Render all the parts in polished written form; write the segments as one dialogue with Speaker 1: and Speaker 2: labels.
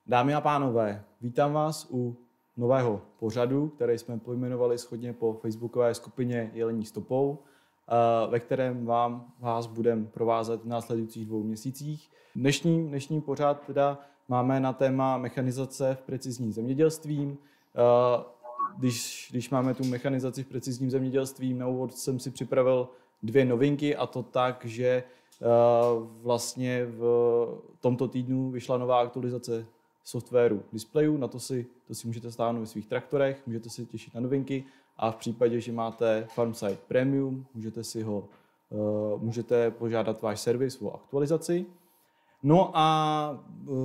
Speaker 1: Dámy a pánové, vítám vás u nového pořadu, který jsme pojmenovali shodně po facebookové skupině Jelení stopou, ve kterém vás budeme provázet v následujících 2 měsících. Dnešní pořad teda máme na téma mechanizace v precizním zemědělství. Když máme tu mechanizaci v precizním zemědělství, na úvod jsem si připravil 2 novinky, a to tak, že vlastně v tomto týdnu vyšla nová aktualizace softwaru displejů, to si můžete stáhnout ve svých traktorech, můžete si těšit na novinky a v případě, že máte FarmSight Premium, můžete požádat váš servis o aktualizaci. No a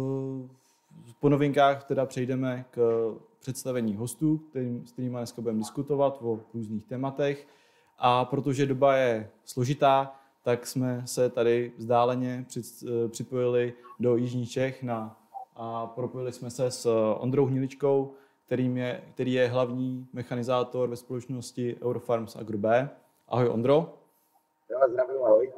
Speaker 1: po novinkách teda přejdeme k představení hostů, s kterými dneska budeme diskutovat o různých tématech. A protože doba je složitá, tak jsme se tady vzdáleně připojili do Jižních Čech a propojili jsme se s Ondrou Hniličkou, který je hlavní mechanizátor ve společnosti Eurofarms Agro B. Ahoj, Ondro.
Speaker 2: Já zdravím, ahoj.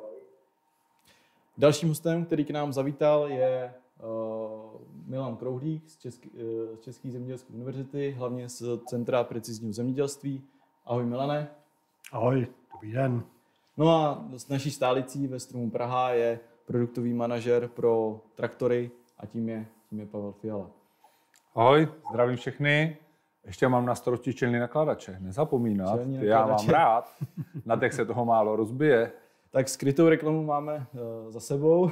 Speaker 1: Dalším hostem, který k nám zavítal, je Milan Krouhlík z České zemědělské univerzity, hlavně z Centra precizního zemědělství. Ahoj, Milane.
Speaker 3: Ahoj, dobrý den.
Speaker 1: No a s naší stálicí ve Stromu Praha je produktový manažer pro traktory a tím je Pavel Fiala.
Speaker 4: Ahoj, zdravím všechny. Ještě mám na starosti čelní nakladače. Nezapomínat, já mám rád. Na těch se toho málo rozbije.
Speaker 1: Tak skrytou reklamu máme za sebou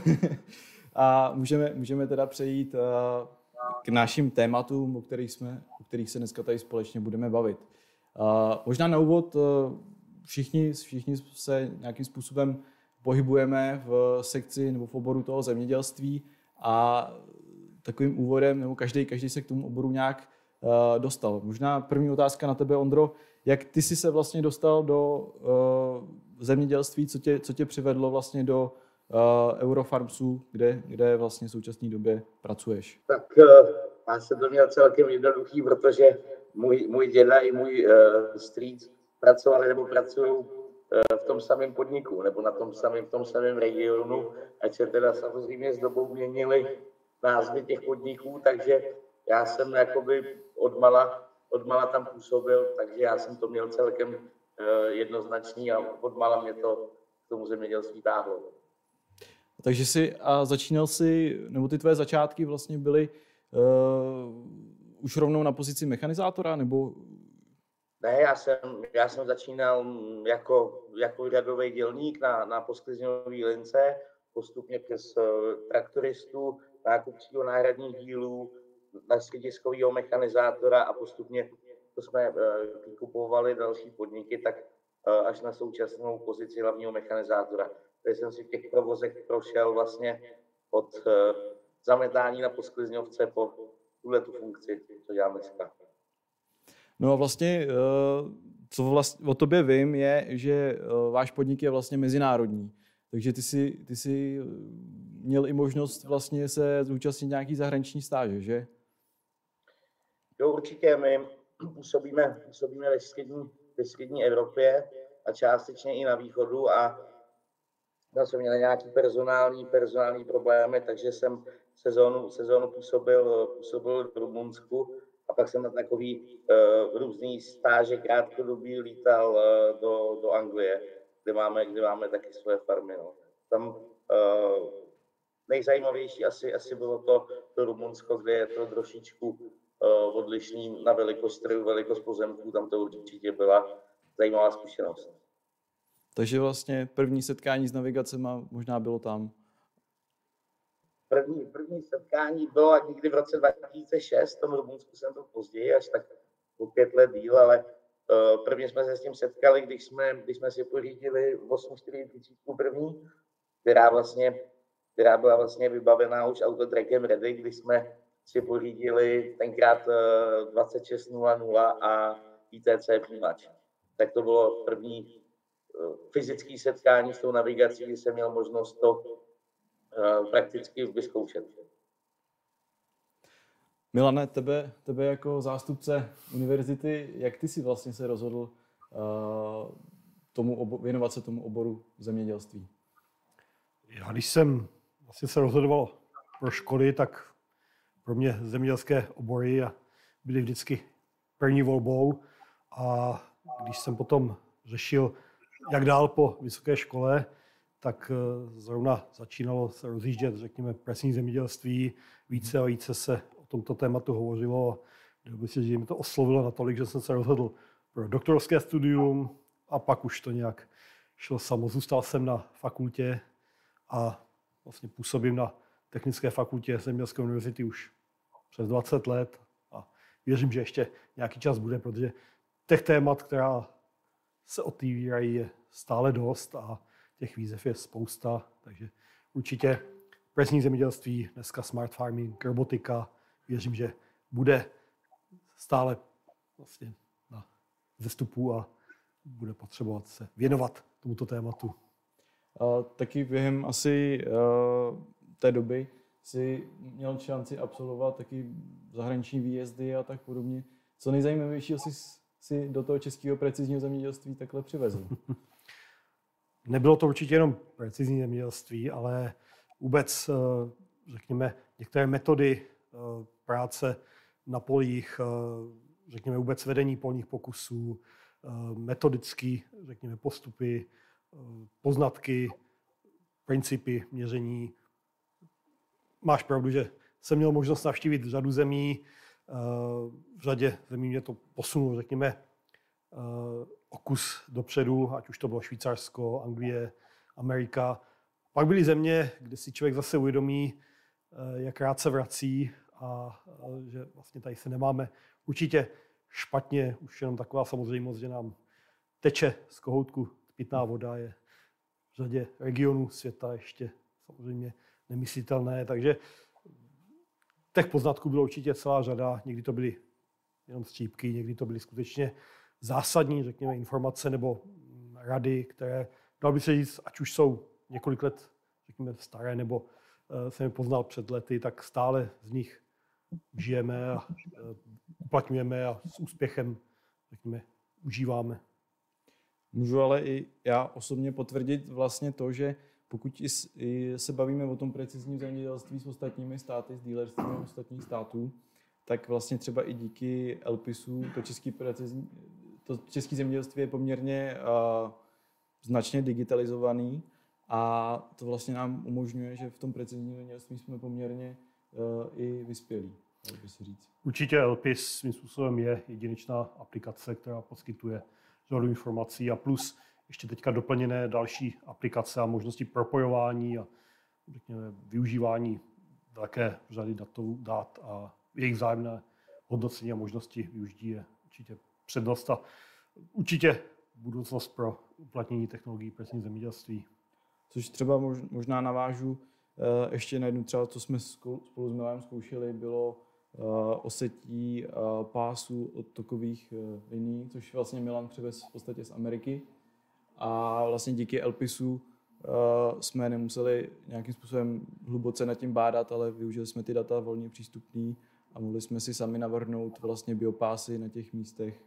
Speaker 1: a můžeme teda přejít k našim tématům, o kterých se dneska tady společně budeme bavit. Možná na úvod všichni se nějakým způsobem pohybujeme v sekci nebo v oboru toho zemědělství a takovým úvodem, nebo každý se k tomu oboru nějak dostal. Možná první otázka na tebe, Ondro, jak ty jsi se vlastně dostal do zemědělství, co tě přivedlo vlastně do Eurofarmsu, kde vlastně v současné době pracuješ?
Speaker 2: Tak já jsem to měl celkem jednoduchý, protože můj děda i můj strýc pracovali nebo pracují v tom samém podniku, nebo v tom samém regionu, ať se teda samozřejmě s dobou měnily názvy těch podniků, takže já jsem jakoby odmala tam působil, takže já jsem to měl celkem jednoznačný a odmala mě to k tomu zemědělství táhlo.
Speaker 1: Takže začínal si, nebo ty tvé začátky vlastně byly už rovnou na pozici mechanizátora, nebo?
Speaker 2: Ne, já jsem začínal jako řadový dělník na posklizňové lince, postupně přes traktoristu, nákup náhradních dílů, na střediskového mechanizátora a postupně to jsme vykupovali další podniky, tak až na současnou pozici hlavního mechanizátora. Takže jsem si v těch provozech prošel vlastně od zametání na posklizňovce po tuhletu funkci, co dělám dneska.
Speaker 1: No a vlastně, co o tobě vím, je, že váš podnik je vlastně mezinárodní. Takže ty jsi měl i možnost vlastně se zúčastnit nějaký zahraniční stáže, že?
Speaker 2: Jo, určitě. My působíme ve střední Evropě a částečně i na východu a tam jsme měli nějaké personální problémy, takže jsem sezónu působil v Rumunsku a pak jsem na takový různý stáže krátkodobý lítal do Anglie, kde máme taky své farmy. No. Tam nejzajímavější asi bylo to Rumunsko, kde je to trošičku odlišný na velikost strojů, velikost pozemků, tam to určitě byla zajímavá zkušenost.
Speaker 1: Takže vlastně první setkání s navigacemi možná bylo tam.
Speaker 2: První setkání bylo někdy v roce 2006, v tom Rumunsku jsem to později, až tak o 5 let díl, ale prvně jsme se s tím setkali, když jsme si pořídili 840 první, která byla vlastně vybavená už autotrackem ready, když jsme si pořídili tenkrát 2600 a ITC přijímač. Tak to bylo první fyzické setkání s tou navigací, kdy jsem měl možnost to prakticky vyzkoušet.
Speaker 1: Milane, tebe jako zástupce univerzity, jak ty jsi vlastně se rozhodl věnovat se tomu oboru zemědělství?
Speaker 3: Já když jsem vlastně se rozhodoval pro školy, tak pro mě zemědělské obory a byly vždycky první volbou. A když jsem potom řešil, jak dál po vysoké škole, tak zrovna začínalo se rozjíždět, řekněme, presní zemědělství. Více a více se o tomto tématu hovořilo. Myslím, že mi to oslovilo natolik, že jsem se rozhodl pro doktorské studium a pak už to nějak šlo samo. Zůstal jsem na fakultě a vlastně působím na Technické fakultě Zemědělské univerzity už přes 20 let a věřím, že ještě nějaký čas bude, protože těch témat, která se otvírají, je stále dost a těch výzev je spousta, takže určitě presní zemědělství, dneska smart farming, robotika, věřím, že bude stále vlastně na vzestupu a bude potřebovat se věnovat tomuto tématu.
Speaker 1: Taky během asi té doby si měl šanci absolvovat taky zahraniční výjezdy a tak podobně. Co nejzajímavějšího si do toho českého precizního zemědělství takhle přivezl?
Speaker 3: Nebylo to určitě jenom precizní zemědělství, ale vůbec, řekněme, některé metody práce na polích, řekněme vůbec vedení polních pokusů, metodický, řekněme, postupy, poznatky, principy měření. Máš pravdu, že jsem měl možnost navštívit řadu zemí. V řadě zemí mě to posunulo, řekněme, o kus dopředu, ať už to bylo Švýcarsko, Anglie, Amerika. Pak byly země, kde si člověk zase uvědomí, jak rád se vrací a že vlastně tady se nemáme určitě špatně. Už jenom taková samozřejmost, že nám teče z kohoutku pitná voda, je v řadě regionů světa ještě samozřejmě nemyslitelné. Takže těch poznatků bylo určitě celá řada. Někdy to byly jenom střípky, někdy to byly skutečně zásadní, řekněme, informace nebo rady, které, dalo by se říct, ať už jsou několik let, řekněme, staré, nebo jsem je poznal před lety, tak stále z nich žijeme a uplatňujeme a s úspěchem, řekněme, užíváme.
Speaker 1: Můžu ale i já osobně potvrdit vlastně to, že pokud se bavíme o tom precizním zemědělství s ostatními státy, s dealerstvím ostatních států, tak vlastně třeba i díky LPISu to české zemědělství je poměrně značně digitalizovaný a to vlastně nám umožňuje, že v tom precizním zemědělství jsme poměrně i vyspělí, dalo by se říct.
Speaker 3: Určitě LPIS svým způsobem je jedinečná aplikace, která poskytuje řadu informací a plus ještě teďka doplněné další aplikace a možnosti propojování a řekněme, využívání velké řady dat a jejich vzájemné hodnocení a možnosti využití je určitě přednost a určitě budoucnost pro uplatnění technologií precizního zemědělství.
Speaker 1: Což třeba možná navážu ještě na jednu třeba, co jsme spolu s Milanem zkoušeli, bylo osetí pásů od tokových linií, což vlastně Milan přivez v podstatě z Ameriky. A vlastně díky LPISu jsme nemuseli nějakým způsobem hluboce nad tím bádat, ale využili jsme ty data volně přístupný a mohli jsme si sami navrhnout vlastně biopásy na těch místech,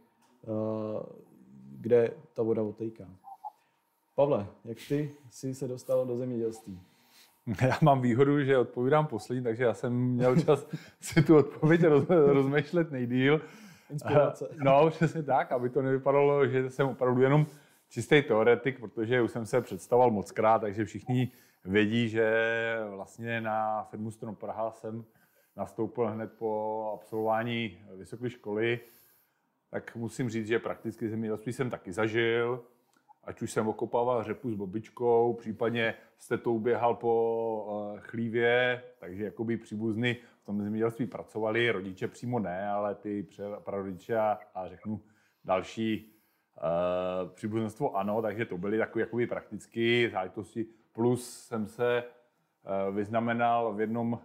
Speaker 1: kde ta voda odtéká. Pavle, jak ty jsi se dostal do zemědělství?
Speaker 4: Já mám výhodu, že odpovídám poslední, takže já jsem měl čas si tu odpověď rozmýšlet nejdýl.
Speaker 1: Inspirace.
Speaker 4: No, přesně tak, aby to nevypadalo, že jsem opravdu jenom čistý teoretik, protože už jsem se představoval mockrát, takže všichni vědí, že vlastně na firmu Strom Praha jsem nastoupil hned po absolvování vysoké školy. Tak musím říct, že prakticky zemědělství jsem taky zažil. Ať už jsem okopával řepu s bobičkou, případně s tetou běhal po chlívě, takže jakoby příbuzny v tom zemědělství pracovali, rodiče přímo ne, ale ty prarodiče a řeknu další příbuzenstvo ano, takže to byly takové jakoby praktické záležitosti. Plus jsem se vyznamenal v jednom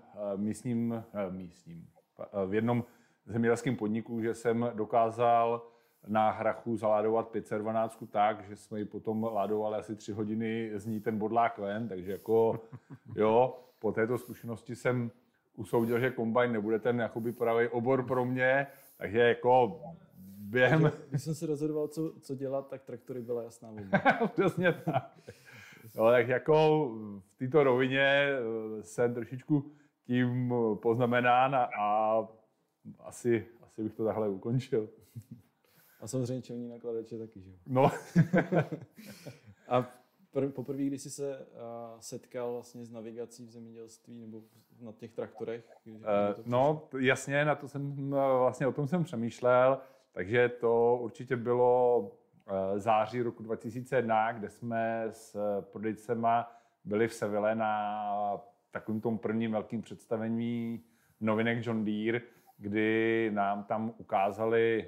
Speaker 4: v jednom zemědělském podniku, že jsem dokázal na hrachu zaládovat 512 tak, že jsme ji potom ládovali asi 3 hodiny z ní ten bodlák ven, takže jako jo, po této zkušenosti jsem usoudil, že kombajn nebude ten jakoby pravý obor pro mě, takže jako během...
Speaker 1: Když jsem se rozhodoval, co dělat, tak traktory byla jasná volba.
Speaker 4: Přesně tak. No, tak jako v této rovině jsem trošičku tím poznamenán a asi bych to takhle ukončil.
Speaker 1: A samozřejmě čelní nakladače taky, že jo?
Speaker 4: No.
Speaker 1: A poprvé, když jsi se setkal vlastně s navigací v zemědělství nebo na těch traktorech?
Speaker 4: No, jasně, na to jsem vlastně o tom jsem přemýšlel, takže to určitě bylo září roku 2001, kde jsme s prodejcema byli v Seville na takovým tom prvním velkým představení novinek John Deere, kdy nám tam ukázali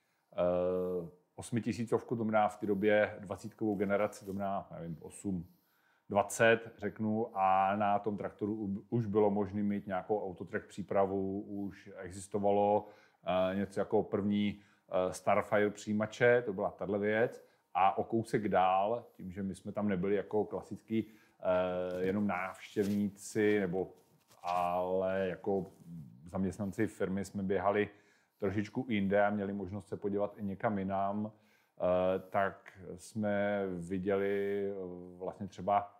Speaker 4: 8000, to znamená v té době 20kovou generaci, to znamená, nevím, 820, řeknu, a na tom traktoru už bylo možné mít nějakou autotrack přípravu, už existovalo něco jako první Starfire přijímače, to byla tahle věc, a o kousek dál, tím, že my jsme tam nebyli jako klasický jenom návštěvníci, ale jako zaměstnanci firmy jsme běhali trošičku jinde a měli možnost se podívat i někam jinam, tak jsme viděli vlastně třeba,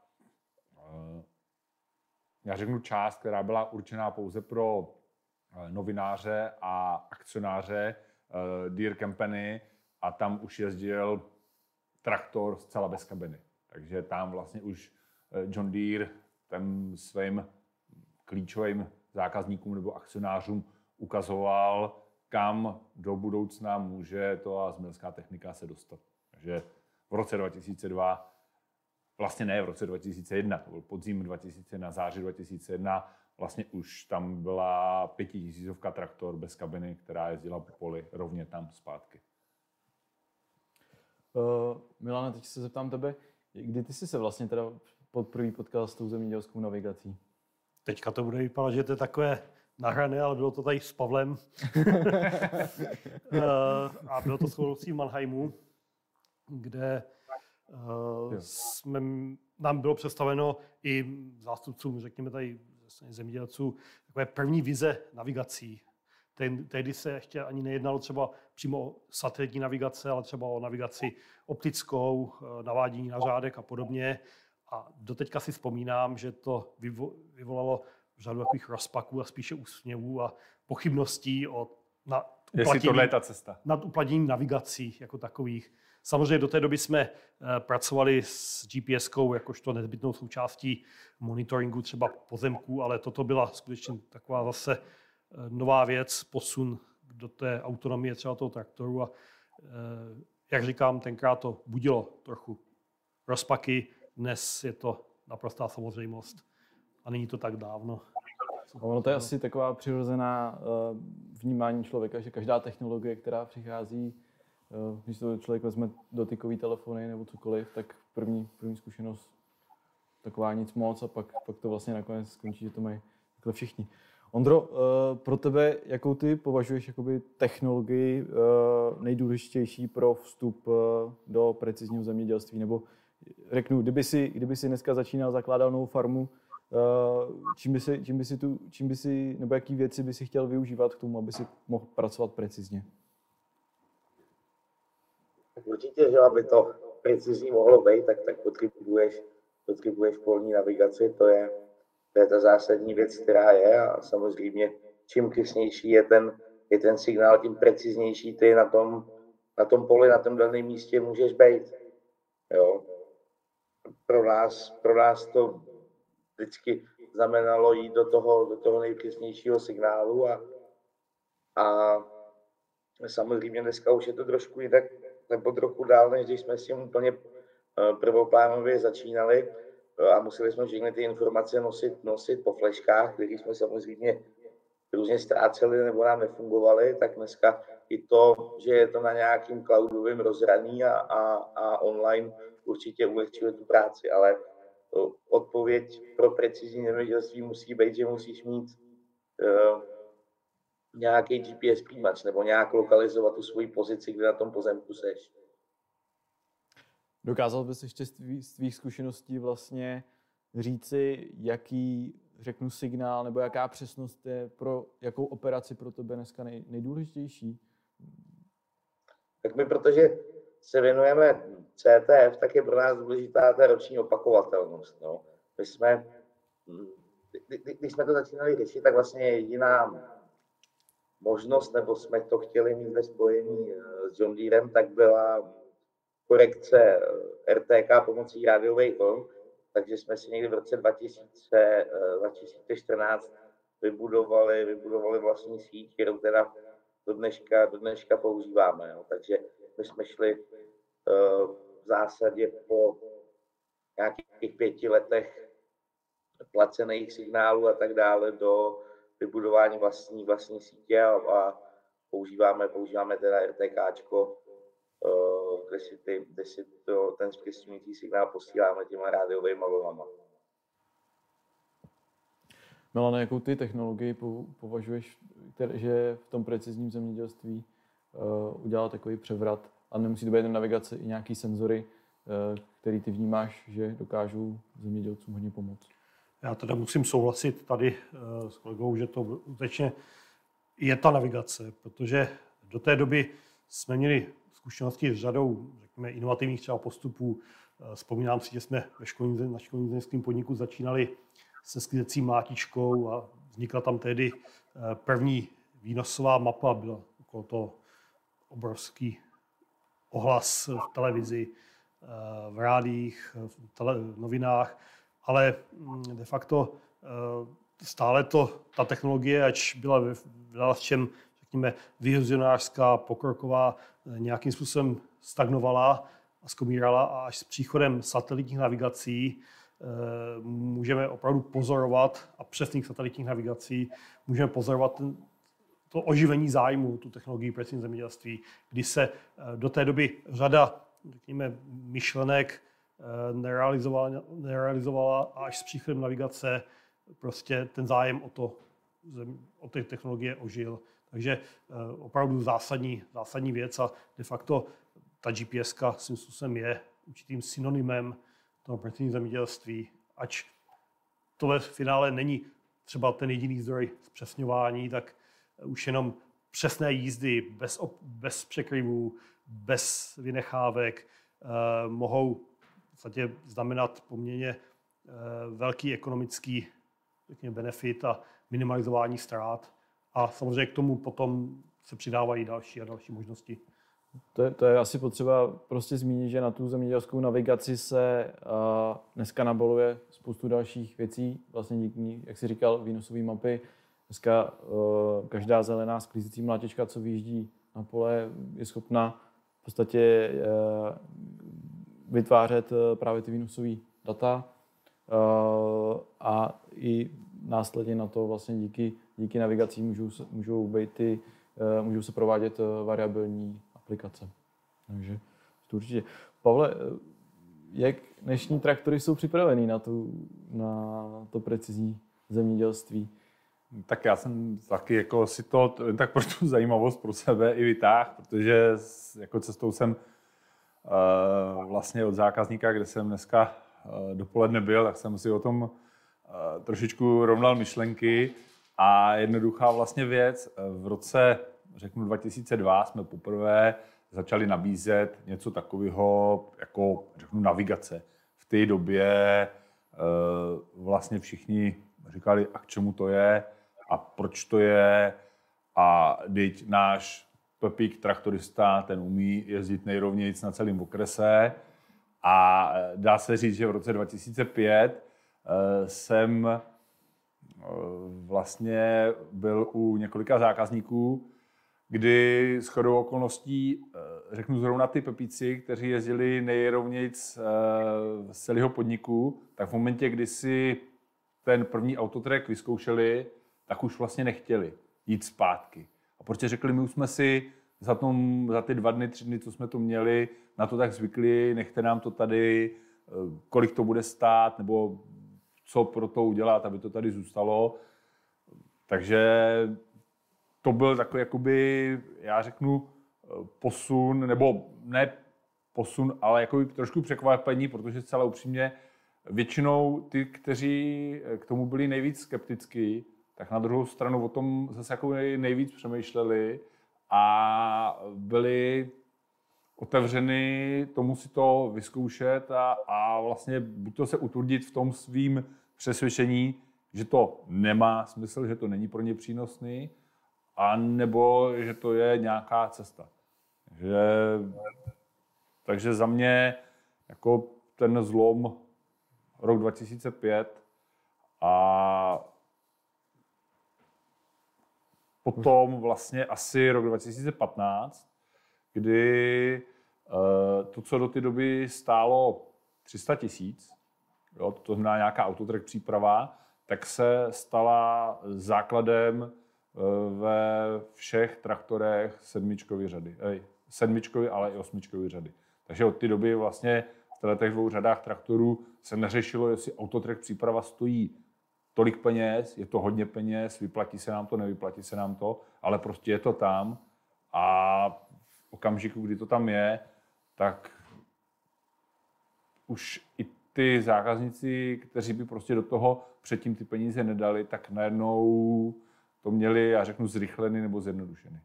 Speaker 4: já řeknu část, která byla určená pouze pro novináře a akcionáře Deere Company, a tam už jezdil traktor zcela bez kabiny. Takže tam vlastně už John Deere těm svým klíčovým zákazníkům nebo akcionářům ukazoval, kam do budoucna může to zemědělská technika se dostat. Takže v roce 2002, vlastně ne v roce 2001, to byl podzim 2001, září 2001, vlastně už tam byla 5000 traktor bez kabiny, která jezdila po poli rovně tam zpátky.
Speaker 1: Milane, teď se zeptám tebe, kdy ty jsi se vlastně teda poprvé potkal s tou zemědělskou navigací?
Speaker 3: Teďka to bude vypadat, že to je takové nahrané, ale bylo to tady s Pavlem. A bylo to s v Mannheimu, kde nám bylo představeno i zástupcům, řekněme tady zemědělců, takové první vize navigací. Tehdy se ještě ani nejednalo třeba přímo o satelitní navigace, ale třeba o navigaci optickou, navádění na řádek a podobně. A doteďka si vzpomínám, že to vyvolalo řadu takových rozpaků a spíše úsměvů a pochybností nad uplatněním navigací jako takových. Samozřejmě do té doby jsme pracovali s GPS-kou jakožto nezbytnou součástí monitoringu třeba pozemků, ale toto byla skutečně taková zase nová věc, posun do té autonomie třeba toho traktoru a jak říkám, tenkrát to budilo trochu rozpaky, dnes je to naprostá samozřejmost a není to tak dávno.
Speaker 1: Ono to je asi taková přirozená vnímání člověka, že každá technologie, která přichází, když to člověk vezme dotykový telefony nebo cokoliv, tak první zkušenost taková nic moc a pak to vlastně nakonec skončí, že to mají takhle všichni. Ondro, pro tebe, jakou ty považuješ jakoby technologii nejdůležitější pro vstup do precizního zemědělství? Nebo řeknu, kdyby si dneska začínal, zakládal novou farmu, čím by si, nebo jaký věci by si chtěl využívat k tomu, aby si mohl pracovat precizně?
Speaker 2: Určitě, že aby to precizní mohlo být, tak potřebuješ polní navigaci, to je ta zásadní věc, která je, a samozřejmě čím přesnější je ten signál, tím preciznější ty na tom poli, na tom daném místě můžeš být. Jo. Pro nás to vždycky znamenalo jít do toho nejpřesnějšího signálu a samozřejmě dneska už je to trošku jinak, nebo trochu dál, než když jsme s tím úplně prvoplánově začínali a museli jsme všechny ty informace nosit po fleškách, které jsme samozřejmě různě ztráceli nebo nám nefungovaly, tak dneska i to, že je to na nějakým cloudovém rozhraní a online, určitě ulehčuje tu práci, ale odpověď pro precizní zemědělství musí být, že musíš mít nějaký GPS přijímač nebo nějak lokalizovat tu svoji pozici, kde na tom pozemku seš.
Speaker 1: Dokázal bys ještě z tvých zkušeností vlastně říci, jaký, řeknu, signál nebo jaká přesnost je pro jakou operaci pro tebe dneska nejdůležitější?
Speaker 2: Tak my, protože se věnujeme CTF, tak je pro nás důležitá ta roční opakovatelnost. No. My jsme když jsme to začínali řešit, tak vlastně jediná možnost, nebo jsme to chtěli mít ve spojení s John Deerem, tak byla korekce RTK pomocí rádiových vln, takže jsme si někdy v roce 2014 vybudovali vlastní síť, kterou teda do dneška používáme. Jo. Takže my jsme šli v zásadě po nějakých 5 letech placených signálů a tak dále do vybudování vlastní sítě a používáme teda RTKčko, kde si ten zpřesňující signál posíláme těma rádiovými vlnama.
Speaker 1: Milane, jakou ty technologii považuješ, že v tom precizním zemědělství udělal takový převrat? A nemusí to být jen navigace, i nějaký senzory, který ty vnímáš, že dokážou zemědělcům hodně pomoct.
Speaker 3: Já teda musím souhlasit tady s kolegou, že to skutečně je ta navigace, protože do té doby jsme měli zkušenosti s řadou, řekněme, inovativních třeba postupů. Vzpomínám si, že jsme na školním inženýrském podniku začínali se sklízecí mlátičkou a vznikla tam tehdy první výnosová mapa, byla okolo toho obrovský ohlas v televizi, v rádiích, v novinách, ale de facto stále ta technologie, ač byla v čem, řekněme, vizionářská, pokroková, nějakým způsobem stagnovala a skomírala a až s příchodem satelitních navigací můžeme opravdu pozorovat a přesných satelitních navigací můžeme pozorovat to oživení zájmu, tu technologii precizního zemědělství, kdy se do té doby řada, řekněme, myšlenek nerealizovala a až s příchodem navigace prostě ten zájem o ty technologie ožil. Takže opravdu zásadní věc a de facto ta GPS-ka svým způsobem je určitým synonymem toho precizního zemědělství, ač to ve finále není třeba ten jediný zdroj zpřesňování, tak už jenom přesné jízdy bez překryvů, bez vynechávek mohou v podstatě znamenat poměrně velký ekonomický, řekněme, benefit a minimalizování ztrát. A samozřejmě k tomu potom se přidávají další a další možnosti.
Speaker 1: To je asi potřeba prostě zmínit, že na tu zemědělskou navigaci se dneska nabaluje spoustu dalších věcí. Vlastně díky, jak jsi říkal, výnosové mapy. Dneska každá zelená sklízecí mlátička, co vyjíždí na pole, je schopna v podstatě vytvářet právě ty výnosové data a i následně na to vlastně díky navigací můžou se provádět variabilní aplikace. Takže to určitě. Pavle, jak dnešní traktory jsou připravený na to precizní zemědělství?
Speaker 4: Tak já jsem taky jako si to tak pro tu zajímavost pro sebe i vytáhl, protože jako cestou jsem vlastně od zákazníka, kde jsem dneska dopoledne byl, tak jsem si o tom trošičku rovnal myšlenky a jednoduchá vlastně věc. V roce, řeknu 2002, jsme poprvé začali nabízet něco takového jako, řeknu, navigace. V té době vlastně všichni říkali, a k čemu to je a proč to je a teď náš Pepík traktorista, ten umí jezdit nejrovnějc na celém okrese a dá se říct, že v roce 2005 jsem vlastně byl u několika zákazníků, kdy shodou okolností, řeknu zrovna ty Pepíci, kteří jezdili nejrovnějc z celého podniku, tak v momentě, kdy si ten první autotrack vyzkoušeli, tak už vlastně nechtěli jít zpátky. A protože řekli, my už jsme si za ty 2 dny, 3 dny, co jsme to měli, na to tak zvykli, nechte nám to tady, kolik to bude stát, nebo co pro to udělat, aby to tady zůstalo. Takže to byl takový, jakoby, já řeknu, posun, nebo ne posun, ale jakoby trošku překvapení, protože zcela upřímně většinou ty, kteří k tomu byli nejvíc skeptický, tak na druhou stranu o tom zase jako nejvíc přemýšleli a byli otevřeni tomu si to vyzkoušet a vlastně buď to se utvrdit v tom svým přesvědčení, že to nemá smysl, že to není pro ně přínosný, a nebo že to je nějaká cesta. Takže za mě jako ten zlom rok 2005 a potom vlastně asi rok 2015, kdy to, co do té doby stálo 300 000, to znamená nějaká autotrack příprava, tak se stala základem ve všech traktorech sedmičkové řady. Sedmičkové, ale i osmičkové řady. Takže od té doby vlastně v těch dvou řadách traktorů se neřešilo, jestli autotrack příprava stojí tolik peněz, je to hodně peněz, vyplatí se nám to, nevyplatí se nám to, ale prostě je to tam a v okamžiku, kdy to tam je, tak už i ty zákazníci, kteří by prostě do toho předtím ty peníze nedali, tak najednou to měli, já řeknu, zrychlený nebo zjednodušený.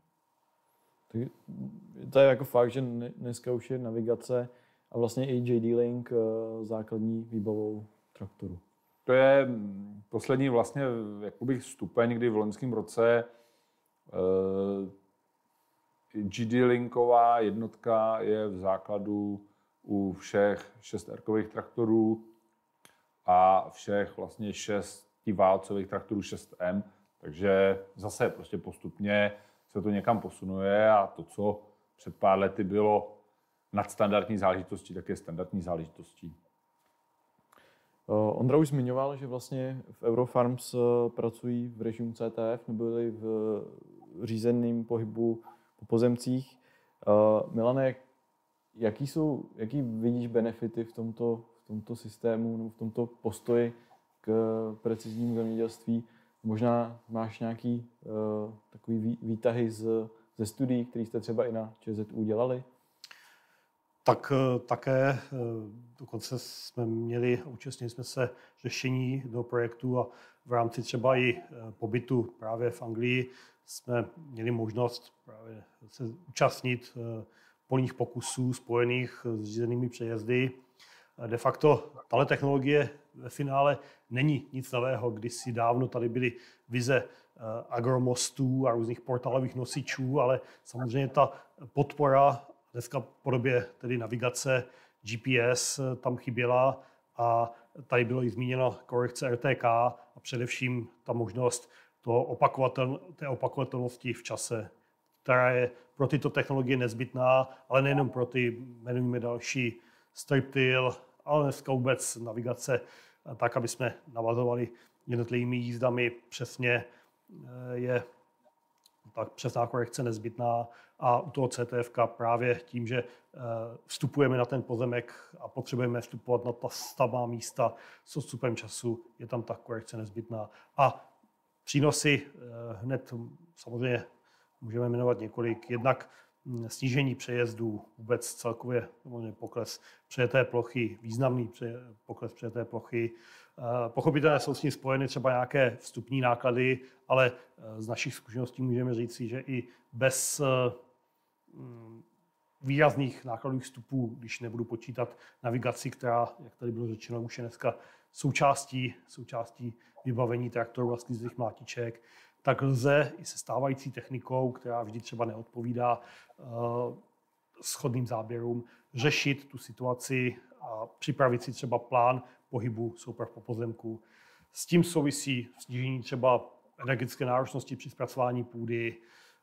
Speaker 1: To je jako fakt, že dneska už je navigace a vlastně i JD Link základní výbavou traktoru.
Speaker 4: To je poslední vlastně jakoby stupeň, kdy v loňském roce JD Linková jednotka je v základu u všech 6R-kových traktorů a všech vlastně 6válcových traktorů 6M. Takže zase prostě postupně se to někam posunuje a to, co před pár lety bylo nadstandardní záležitostí, tak je standardní záležitostí.
Speaker 1: Ondra už zmiňoval, že vlastně v Eurofarms pracují v režimu CTF, nebyli v řízeném pohybu po pozemcích. Milane, jaký vidíš benefity v tomto systému, nebo v tomto postoji k preciznímu zemědělství? Možná máš nějaký takový výtahy ze studií, které jste třeba i na ČZU dělali?
Speaker 3: Tak také dokonce jsme účastnili jsme se řešení do projektu a v rámci třeba i pobytu právě v Anglii jsme měli možnost právě se účastnit polních pokusů spojených s řízenými přejezdy. De facto tahle technologie ve finále není nic nového. Kdysi dávno tady byly vize agromostů a různých portálových nosičů, ale samozřejmě ta podpora dneska v podobě tedy navigace GPS tam chyběla a tady bylo i zmíněno korekce RTK a především ta možnost té opakovatelnosti v čase, která je pro tyto technologie nezbytná, ale nejenom pro ty, jmenujeme další Striptil, ale dneska vůbec navigace tak, aby jsme navazovali jednotlivými jízdami přesně je tak přesná korekce nezbytná a u toho CTF právě tím, že vstupujeme na ten pozemek a potřebujeme vstupovat na ta stavbá místa s odstupem času, je tam ta korekce nezbytná. A přínosy hned samozřejmě můžeme jmenovat několik. Jednak snížení přejezdů, vůbec celkově pokles přejeté plochy, významný pokles přejeté plochy. Pochopitelně jsou s tím spojeny třeba nějaké vstupní náklady, ale z našich zkušeností můžeme říct si, že i bez výrazných nákladových vstupů, když nebudu počítat navigaci, která, jak tady bylo řečeno, už je dneska součástí vybavení traktorů a sklízecích mlátiček, tak lze i se stávající technikou, která vždy třeba neodpovídá shodným záběrům, řešit tu situaci a připravit si třeba plán pohybu souprav po pozemku. S tím souvisí snížení třeba energetické náročnosti při zpracování půdy.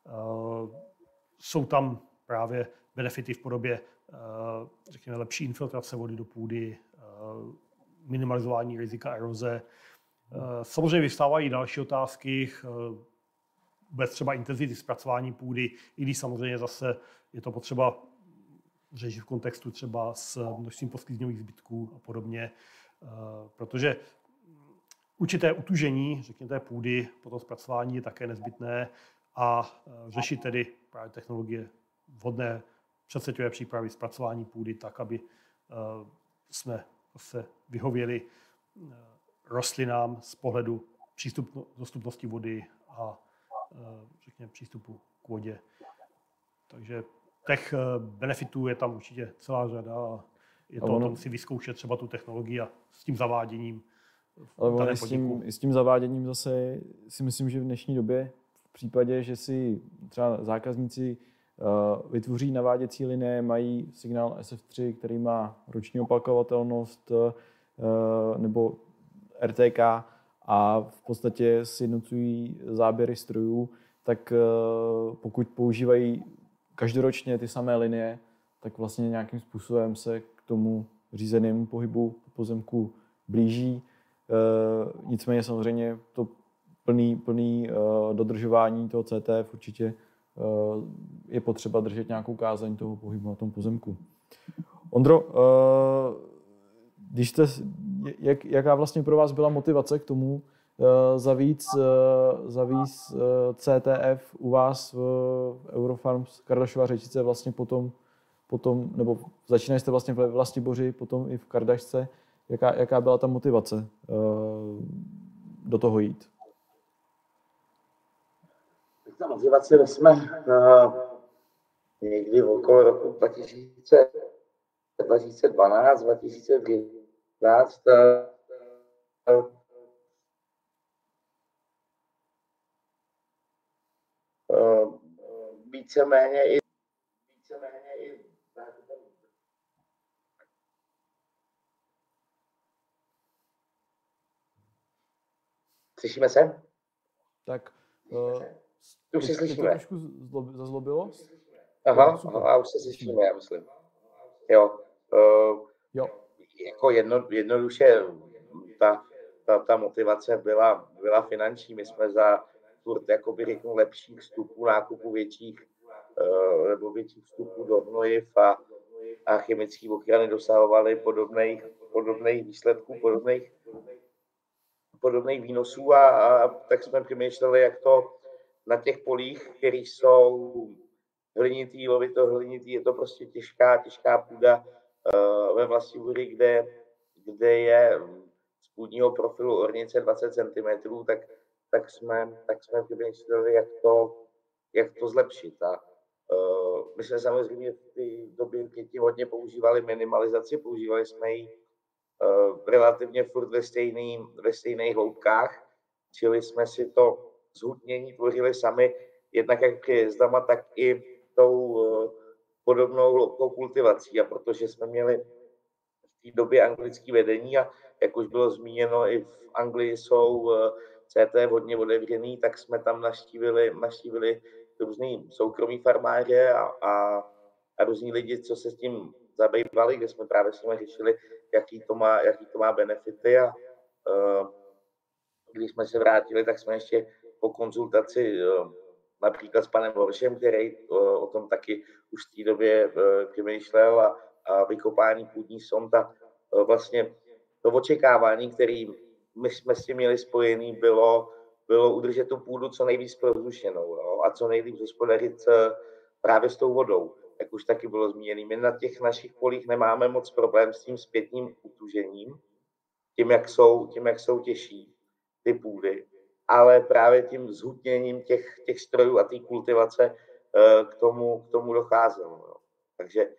Speaker 3: Jsou tam právě benefity v podobě řekněme, lepší infiltrace vody do půdy, minimalizování rizika eroze. Samozřejmě vystávají další otázky, vůbec třeba intenzity zpracování půdy, i když samozřejmě zase je to potřeba řešit v kontextu třeba s množstvím posklizňových zbytků a podobně, protože určité utužení, řekněme, půdy po tom zpracování je také nezbytné a řešit tedy právě technologie vhodné předseťové přípravy zpracování půdy tak, aby jsme se vyhověli rostlinám z pohledu dostupnosti vody a řekněme přístupu k vodě. Takže těch benefitů je tam určitě celá řada a je to o tom si vyzkoušet třeba tu technologii a s tím zaváděním
Speaker 1: Ale
Speaker 3: daném
Speaker 1: i s tím zaváděním zase si myslím, že v dnešní době v případě, že si třeba zákazníci vytvoří naváděcí linie, mají signál SF3, který má roční opakovatelnost nebo RTK a v podstatě sjednocují záběry strojů, tak pokud používají každoročně ty samé linie, tak vlastně nějakým způsobem se k tomu řízenému pohybu po pozemku blíží. Nicméně samozřejmě to plný dodržování toho CTF určitě je potřeba držet nějakou kázeň toho pohybu na tom pozemku. Ondro, jaká vlastně pro vás byla motivace k tomu zavíc CTF u vás v Eurofarms Kardašová Řečice vlastně potom, nebo začínali jste vlastně ve Vlastiboři, potom i v Kardašce. Jaká byla ta motivace do toho jít?
Speaker 2: Ta motivace, my jsme někdy okolo roku 2012, 2013 víceméně i Slyšíme se?
Speaker 1: Tak
Speaker 2: už se slyšíme.
Speaker 1: Trošku zazlobilo?
Speaker 2: Aha, už se slyšíme, já myslím. Jo. Jako jednoduše ta motivace byla finanční. My jsme za furt, jakoby řeknu, lepších vstupů, nákupu větších vstupů do hnojiv a chemické ochrany dosahovali podobných výsledků, podobných výnosů a tak jsme přemýšleli, jak to na těch polích, které jsou hlinitý, lovito hlinitý, je to prostě těžká půda ve Vlastiboři, kde je z půdního profilu ornice 20 cm, tak jsme přemýšleli, jak to zlepšit. A my jsme samozřejmě v té době děti hodně používali minimalizaci, používali jsme ji relativně furt ve stejných hloubkách, čili jsme si to zhutnění tvořili sami, jednak jak přejezdama, tak i tou podobnou hloubkou kultivací. A protože jsme měli v té době anglické vedení a jak už bylo zmíněno, i v Anglii jsou CT hodně otevřený, tak jsme tam navštívili různý soukromí farmáře a různí lidi, co se s tím zabývali, kde jsme právě s nimi řešili, jaký to má benefity. A když jsme se vrátili, tak jsme ještě po konzultaci například s panem Horšem, který o tom taky už v té době přemýšlel a vykopání půdní sond a vlastně to očekávání, který my jsme s tím měli spojený, bylo udržet tu půdu co nejvíc prozdušenou, no, a co nejvíc hospodařit právě s tou vodou. Jak už taky bylo zmíněno, my na těch našich polích nemáme moc problém s tím zpětným utužením, tím, jak jsou těžší ty půdy, ale právě tím zhutněním těch strojů a té kultivace k tomu docházelo. No. Takže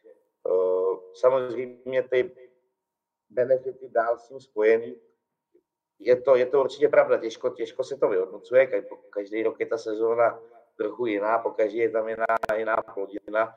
Speaker 2: samozřejmě ty benefity dál s tím spojený. Je to určitě pravda, těžko se to vyhodnocuje, každý rok je ta sezóna trochu jiná, pokaždé je tam jiná plodina.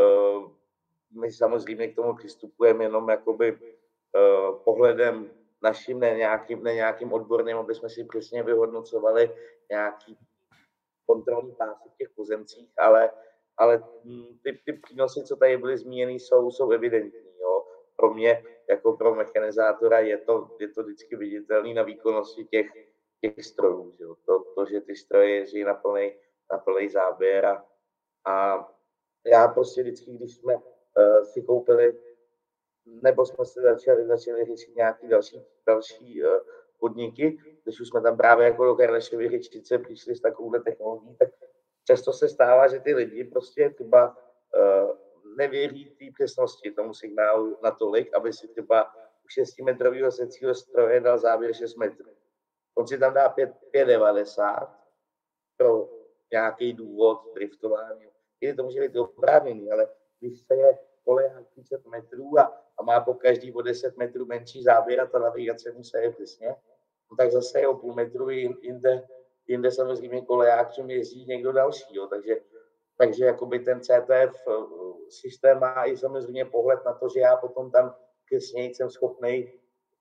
Speaker 2: My samozřejmě k tomu přistupujeme jenom jakoby pohledem naším, ne nějakým odborným, aby jsme si přesně vyhodnocovali nějaký kontrolní pásy v těch pozemcích, ale ty přínosy, co tady byly zmíněny, jsou evidentní. Jo. Pro mě, jako pro mechanizátora, je to vždycky viditelné na výkonnosti těch strojů. Jo. To, že ty stroje jezdí na plný záběr a já prostě vždycky, když jsme si koupili, nebo jsme se začali řešit nějaké další podniky, když už jsme tam právě jako do Kardašovy Řečice přišli s takovouhle technologií, tak často se stává, že ty lidi prostě třeba nevěří té přesnosti tomu signálu natolik, aby si třeba u 6metrového secího stroje dal záběr 6 metrů. On si tam dá 5,90 pro nějaký důvod driftování. I to může být oprávněný, ale když se je koleják 30 metrů a má po každý o 10 metrů menší záběr a ta navigace mu se je přesně, tak zase je o půl metru, jinde samozřejmě koleják, čím jezdí někdo další. Jo. Takže jakoby ten CTF systém má i samozřejmě pohled na to, že já potom tam přesněji jsem schopný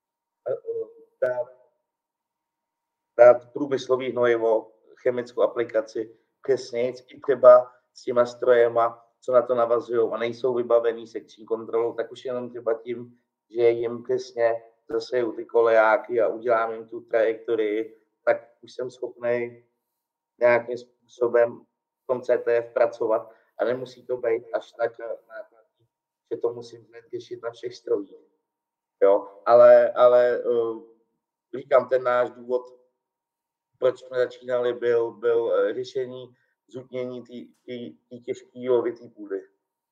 Speaker 2: dát průmyslový hnojivo, chemickou aplikaci přesněji, i třeba s těma strojema, co na to navazují a nejsou vybavený sekční kontrolou, tak už jenom třeba tím, že jim přesně zaseju ty kolejáky a udělám jim tu trajektorii, tak už jsem schopný nějakým způsobem v tom CTF pracovat a nemusí to být až tak nákladný, že to musím hned řešit na všech strojích. Jo, ale říkám, ten náš důvod, proč jsme začínali, byl řešení zhutnění té těžké lovité půdy.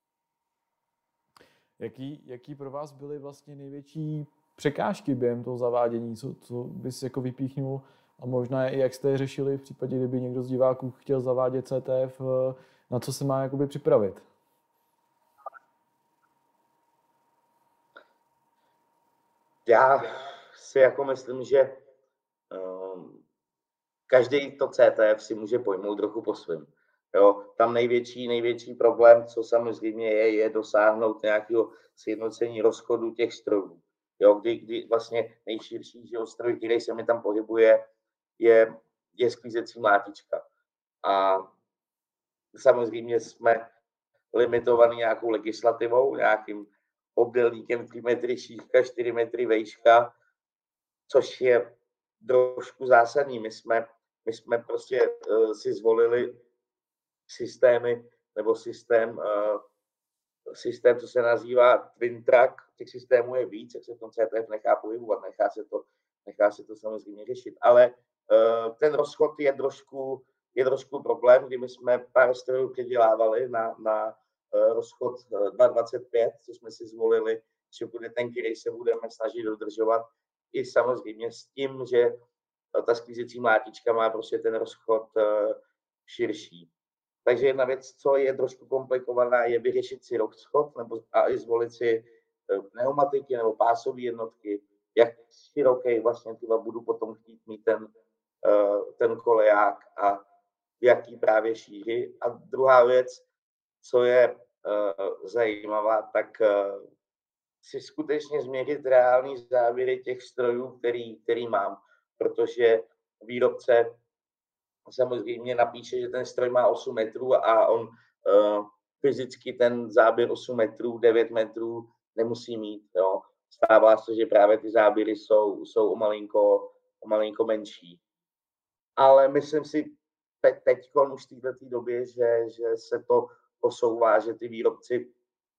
Speaker 1: Jaký pro vás byly vlastně největší překážky během toho zavádění? Co bys jako vypíchnul? A možná i jak jste je řešili v případě, kdyby někdo z diváků chtěl zavádět CTF, na co se má jakoby připravit?
Speaker 2: Já si jako myslím, že každý to CTF si může pojmout trochu po svém. Jo, tam největší problém, co samozřejmě je dosáhnout nějakého sjednocení rozchodu těch strojů. Jo, kdy vlastně nejširší stroj, který se mi tam pohybuje, je sklízecí mlátička. A samozřejmě jsme limitovaní nějakou legislativou, nějakým obdélníkem 3 metry šířka, 4 metry vejška, což je trošku zásadní. My jsme prostě si zvolili systémy, nebo systém, co se nazývá Twin Track. Těch systémů je víc, jak se v tom CTF nechá pohybovat, nechá se to samozřejmě řešit. Ale ten rozchod je trošku problém, kdy my jsme pár strojů předělávali na rozchod 2,25, co jsme si zvolili, že bude ten, který se budeme snažit dodržovat. I samozřejmě s tím, že ta sklízecí mlátička má prostě ten rozchod širší. Takže jedna věc, co je trošku komplikovaná, je vyřešit si rozchod a i zvolit si pneumatiky nebo pásové jednotky, jak široký vlastně třeba budu potom chtít mít ten koleják a v jaký právě šíři. A druhá věc, co je zajímavá, tak si skutečně změřit reální závěry těch strojů, který mám, protože výrobce samozřejmě napíše, že ten stroj má 8 metrů a on fyzicky ten záběr 8 metrů, 9 metrů nemusí mít. Jo. Stává se, že právě ty záběry jsou o malinko menší. Ale myslím si teď už v této době, že se to posouvá, že ty výrobci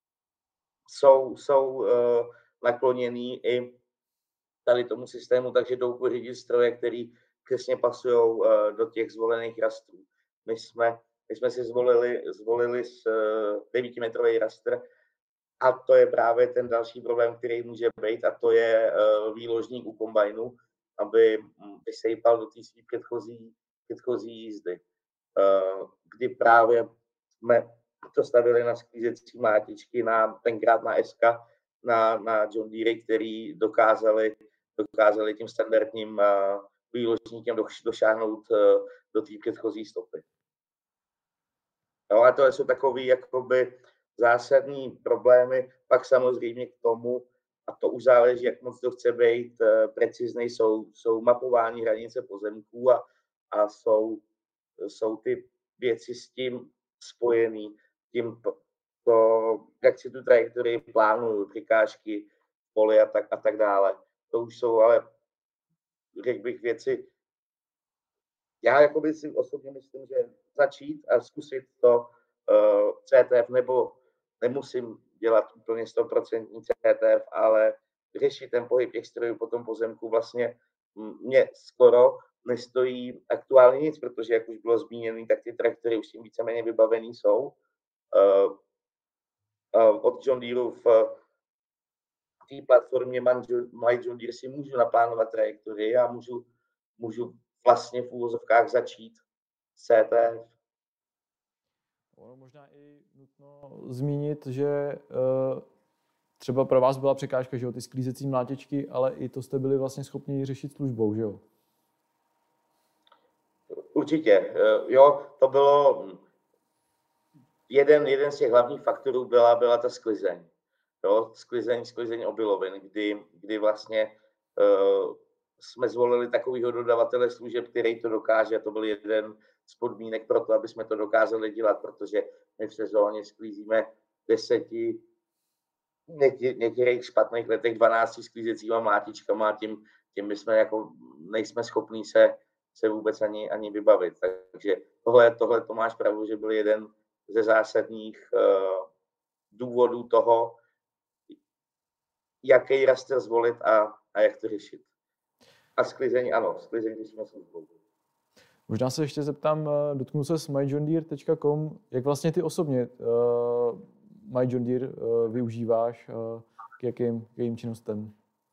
Speaker 2: jsou nakloněný i tady tomu systému, takže jdou pořídit stroje, který přesně pasují do těch zvolených rastrů. My jsme si zvolili 9metrový rastr a to je právě ten další problém, který může být, a to je výložník u kombajnu, aby vysejpal do té své předchozí jízdy. Kdy právě jsme to stavili na sklízecí mátičky, tenkrát na SK, na John Deere, který dokázali tím standardním výložníkem došáhnout do té předchozí stopy. No a to jsou takové jakoby zásadní problémy. Pak samozřejmě k tomu, a to už záleží, jak moc to chce být precizní, jsou mapování hranice pozemků a jsou ty věci s tím spojený, jak si tu trajektorii plánuju, překážky, poli a tak dále. To už jsou ale, řekl bych, věci. Já jakoby si osobně myslím, že začít a zkusit to CTF, nebo nemusím dělat úplně 100% CTF, ale řešit ten pohyb těch strojů po tom pozemku vlastně mě skoro nestojí aktuálně nic, protože jak už bylo zmíněné, tak ty traktory už tím víceméně vybavený jsou. Od John Deere v té platformě My John Deere si můžu naplánovat trajektorii a můžu vlastně v úvozovkách začít CTF.
Speaker 1: Ono možná i nutno zmínit, že třeba pro vás byla překážka, že jo, ty sklízecí mlátičky, ale i to jste byli vlastně schopni řešit službou, že jo?
Speaker 2: Určitě. Jo, to bylo jeden z těch hlavních faktorů byla ta sklizeň. Jo, sklizeň obilovin, kdy vlastně jsme zvolili takovýho dodavatele služeb, který to dokáže. To byl jeden z podmínek pro to, aby jsme to dokázali dělat, protože my v sezóně sklízíme 10, některých špatných letech 12 sklízecíma mlátičkama, tím my jsme jako nejsme schopní se vůbec ani vybavit. Takže tohle to máš pravdu, že byl jeden ze zásadních důvodů toho, jaký raster zvolit a jak to řešit. A sklizeň, ano, sklizeň jsme službou.
Speaker 1: Možná se ještě zeptám, dotknu se s myjohndeere.com, jak vlastně ty osobně My John Deere využíváš, k jakým činnostem?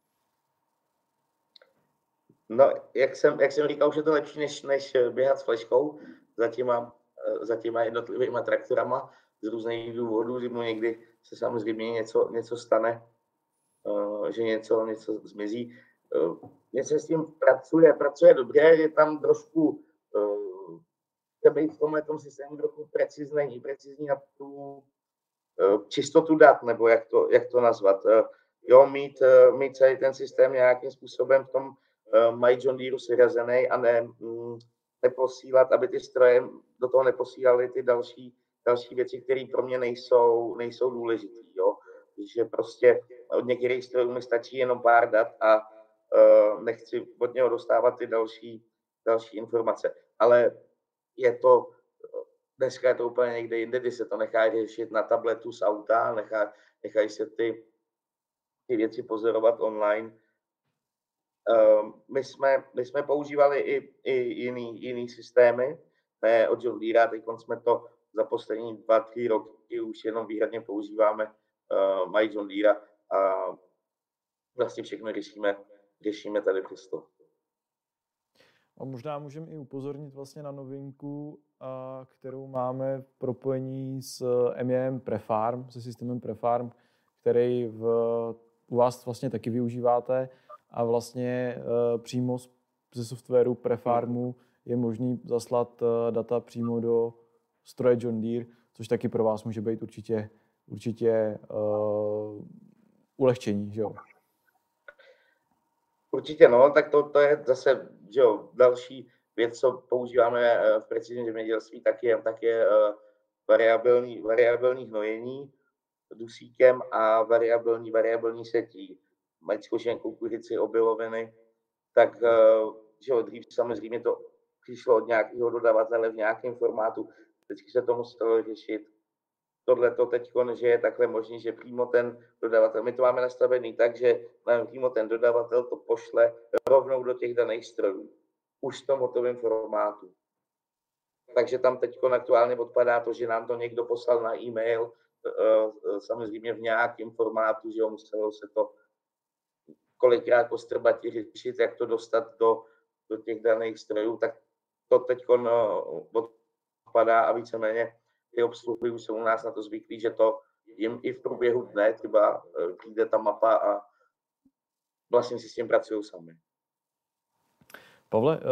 Speaker 2: No, jak jsem říkal, už je to lepší, než běhat s fleškou za těma jednotlivými traktorama z různých důvodů, že mu někdy se samozřejmě něco stane, že něco zmizí. Něco s tím pracuje dobře, je tam trošku chce být v tomhle systému trochu precizní na tu čistotu dat, nebo jak to nazvat. Jo, mít celý ten systém nějakým způsobem v tom My John Deere vyrazený a neposílat, aby ty stroje do toho neposílaly ty další věci, které pro mě nejsou důležité. Že prostě od některých strojů mi stačí jenom pár dat a nechci od něho dostávat ty další informace. Ale dneska je to úplně někde jinde, kdy se to nechá řešit na tabletu z auta, nechají se ty věci pozorovat online. My jsme používali i jiný systémy, ne od John Deere, teď jsme to za poslední 2-3 roky už jenom výhradně používáme My John Deere a vlastně všechno řešíme tady přes to.
Speaker 1: A možná můžeme i upozornit vlastně na novinku, kterou máme v propojení s MEM Prefarm, se systémem Prefarm, který u vás vlastně taky využíváte a vlastně přímo ze softwaru Prefarmu je možný zaslat data přímo do stroje John Deere, což taky pro vás může být určitě ulehčení, že jo?
Speaker 2: Určitě no, tak to je zase, že jo, další věc, co používáme v precizním zemědělství, tak je variabilní hnojení dusíkem a variabilní setí. Mačkošen, kukuřici, obiloviny, tak že jo, dřív samozřejmě to přišlo od nějakého dodavatele v nějakém formátu, vždycky se to muselo řešit. Tohle to teď, že je takhle možný, že přímo ten dodavatel, my to máme nastavený tak, že přímo ten dodavatel to pošle rovnou do těch daných strojů, už v tom hotovém formátu. Takže tam teď aktuálně odpadá to, že nám to někdo poslal na e-mail, samozřejmě v nějakém formátu, že jo, muselo se to kolikrát postrbatě řešit, jak to dostat do těch daných strojů, tak to teď odpadá a víceméně ty obsluhy už jsou u nás na to zvyklí, že to jim i v průběhu dne třeba přijde ta mapa a vlastně si s tím pracují sami.
Speaker 1: Pavle,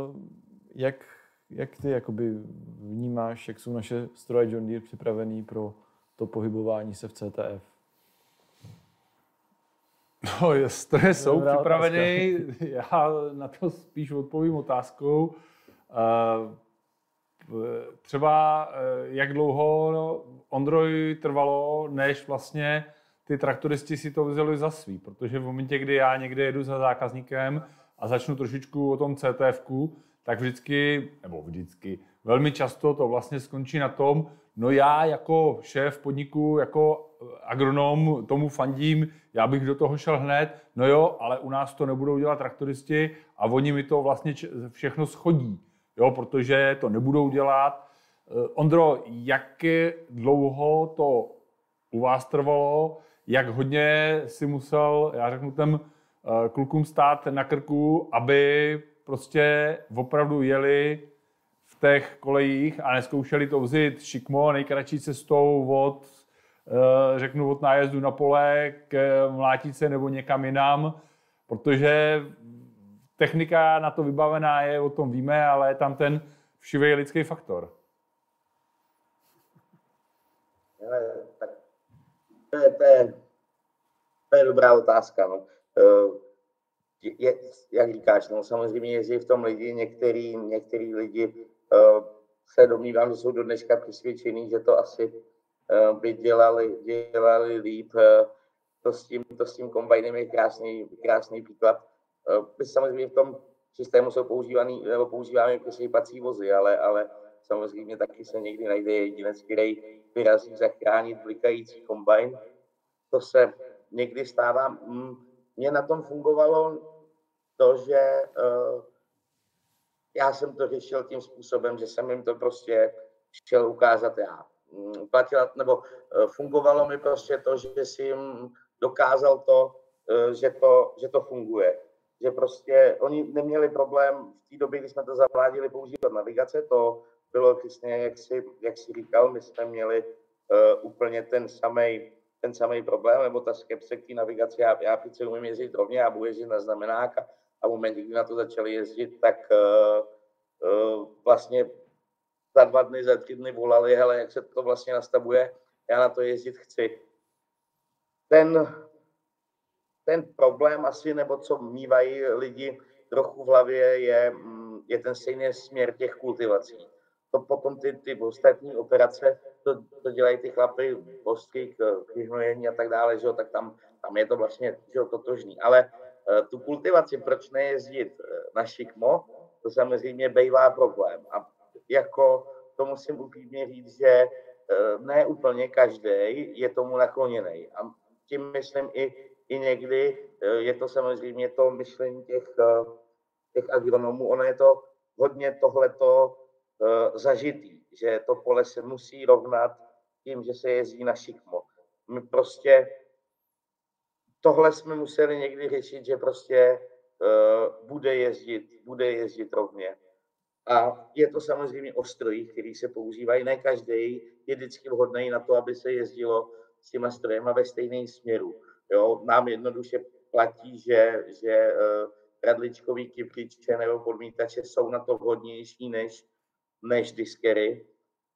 Speaker 1: jak ty jakoby vnímáš, jak jsou naše stroje John Deere připravený pro to pohybování se v CTF?
Speaker 4: No, stroje jsou připraveny, já na to spíš odpovím otázkou. Třeba jak dlouho Ondroj trvalo, než vlastně ty traktoristi si to vzali za svý, protože v momentě, kdy já někde jedu za zákazníkem a začnu trošičku o tom CTF-ku, tak vždycky, velmi často to vlastně skončí na tom, no já jako šéf podniku, jako agronom tomu fandím, já bych do toho šel hned, no jo, ale u nás to nebudou dělat traktoristi a oni mi to vlastně všechno schodí, jo, protože to nebudou dělat. Ondro, jak dlouho to u vás trvalo, jak hodně si musel, já řeknu těm klukům stát na krku, aby prostě opravdu jeli v těch kolejích a neskoušeli to vzít šikmo nejkratší cestou od nájezdu na pole k mlátice nebo někam jinam, protože technika na to vybavená je, o tom víme, ale je tam ten všivej lidský faktor?
Speaker 2: Tak to je dobrá otázka. No. Jak říkáš, no, samozřejmě jezdí v tom lidi, některý lidi se domnívám, že jsou do dneška přesvědčení, že to asi by dělali líp. To s tím kombajnem je krásný příklad. Samozřejmě v tom systému jsou používáme přešejpací vozy, ale samozřejmě taky se někdy najde jedinec, který vyrazí zachránit blikající kombajn. To se někdy stává. Mně na tom fungovalo to, že já jsem to řešil tím způsobem, že jsem jim to prostě chtěl ukázat já. Fungovalo mi prostě to, že si jim dokázal to, že to funguje. Že prostě oni neměli problém v té době, kdy jsme to zaváděli, používat navigace. To bylo přesně, jak si říkal, my jsme měli úplně ten samý problém, nebo ta skepse k té navigaci. Já přece umím jezdit rovně, já budu jezdit na znamenák a v momentě, kdy na to začali jezdit, tak vlastně za 2 dny, za 3 dny volali, hele, jak se to vlastně nastavuje, já na to jezdit chci. Ten problém asi, nebo co mívají lidi trochu v hlavě, je ten stejný směr těch kultivací. To potom ty ostatní operace, to dělají ty chlapy, ostřík, vyhnojení a tak dále, že jo, tak tam je to vlastně, že jo, totožný. Ale tu kultivaci, proč nejezdit na šikmo, to samozřejmě bývá problém. A jako to musím upřímně říct, že ne úplně každý je tomu nakloněný. A tím myslím i někdy je to samozřejmě to myšlení těch agronomů, ono je to hodně tohleto zažitý, že to pole se musí rovnat tím, že se jezdí na šikmo. My prostě tohle jsme museli někdy řešit, že prostě bude jezdit rovně. A je to samozřejmě o strojích, který se používají. Ne každý je vždycky vhodný na to, aby se jezdilo s těma strojema ve stejném směru. Jo? Nám jednoduše platí, že radličkový kypriče nebo podmítače jsou na to vhodnější než diskery.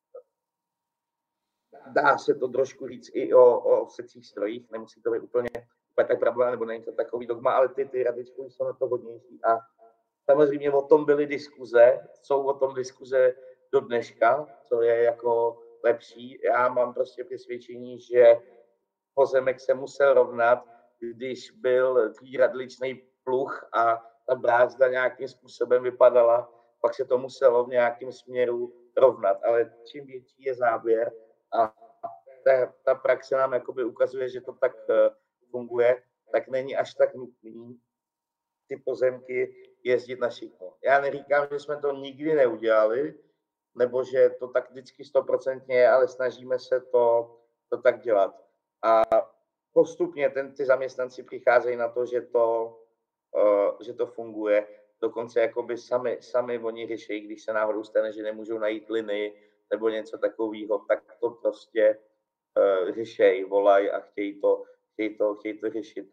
Speaker 2: Dá se to trošku říct i o secích strojích, nemusí to být úplně tak pravda, nebo není to takový dogma, ale ty radličkový jsou na to vhodnější. A samozřejmě o tom byly diskuze, jsou o tom diskuze do dneška, co je jako lepší. Já mám prostě přesvědčení, že pozemek se musel rovnat, když byl radličný pluh a ta brázda nějakým způsobem vypadala, pak se to muselo v nějakém směru rovnat. Ale čím větší je záběr a ta praxe nám jakoby ukazuje, že to tak funguje, tak není až tak nutný ty pozemky jezdit na šikmo. Já neříkám, že jsme to nikdy neudělali, nebo že to tak vždycky 100% je, ale snažíme se to tak dělat. A postupně ty zaměstnanci přicházejí na to, že to funguje. Dokonce jakoby sami oni řeší, když se náhodou stane, že nemůžou najít linii nebo něco takového, tak to prostě řešejí, volají a chtějí to řešit.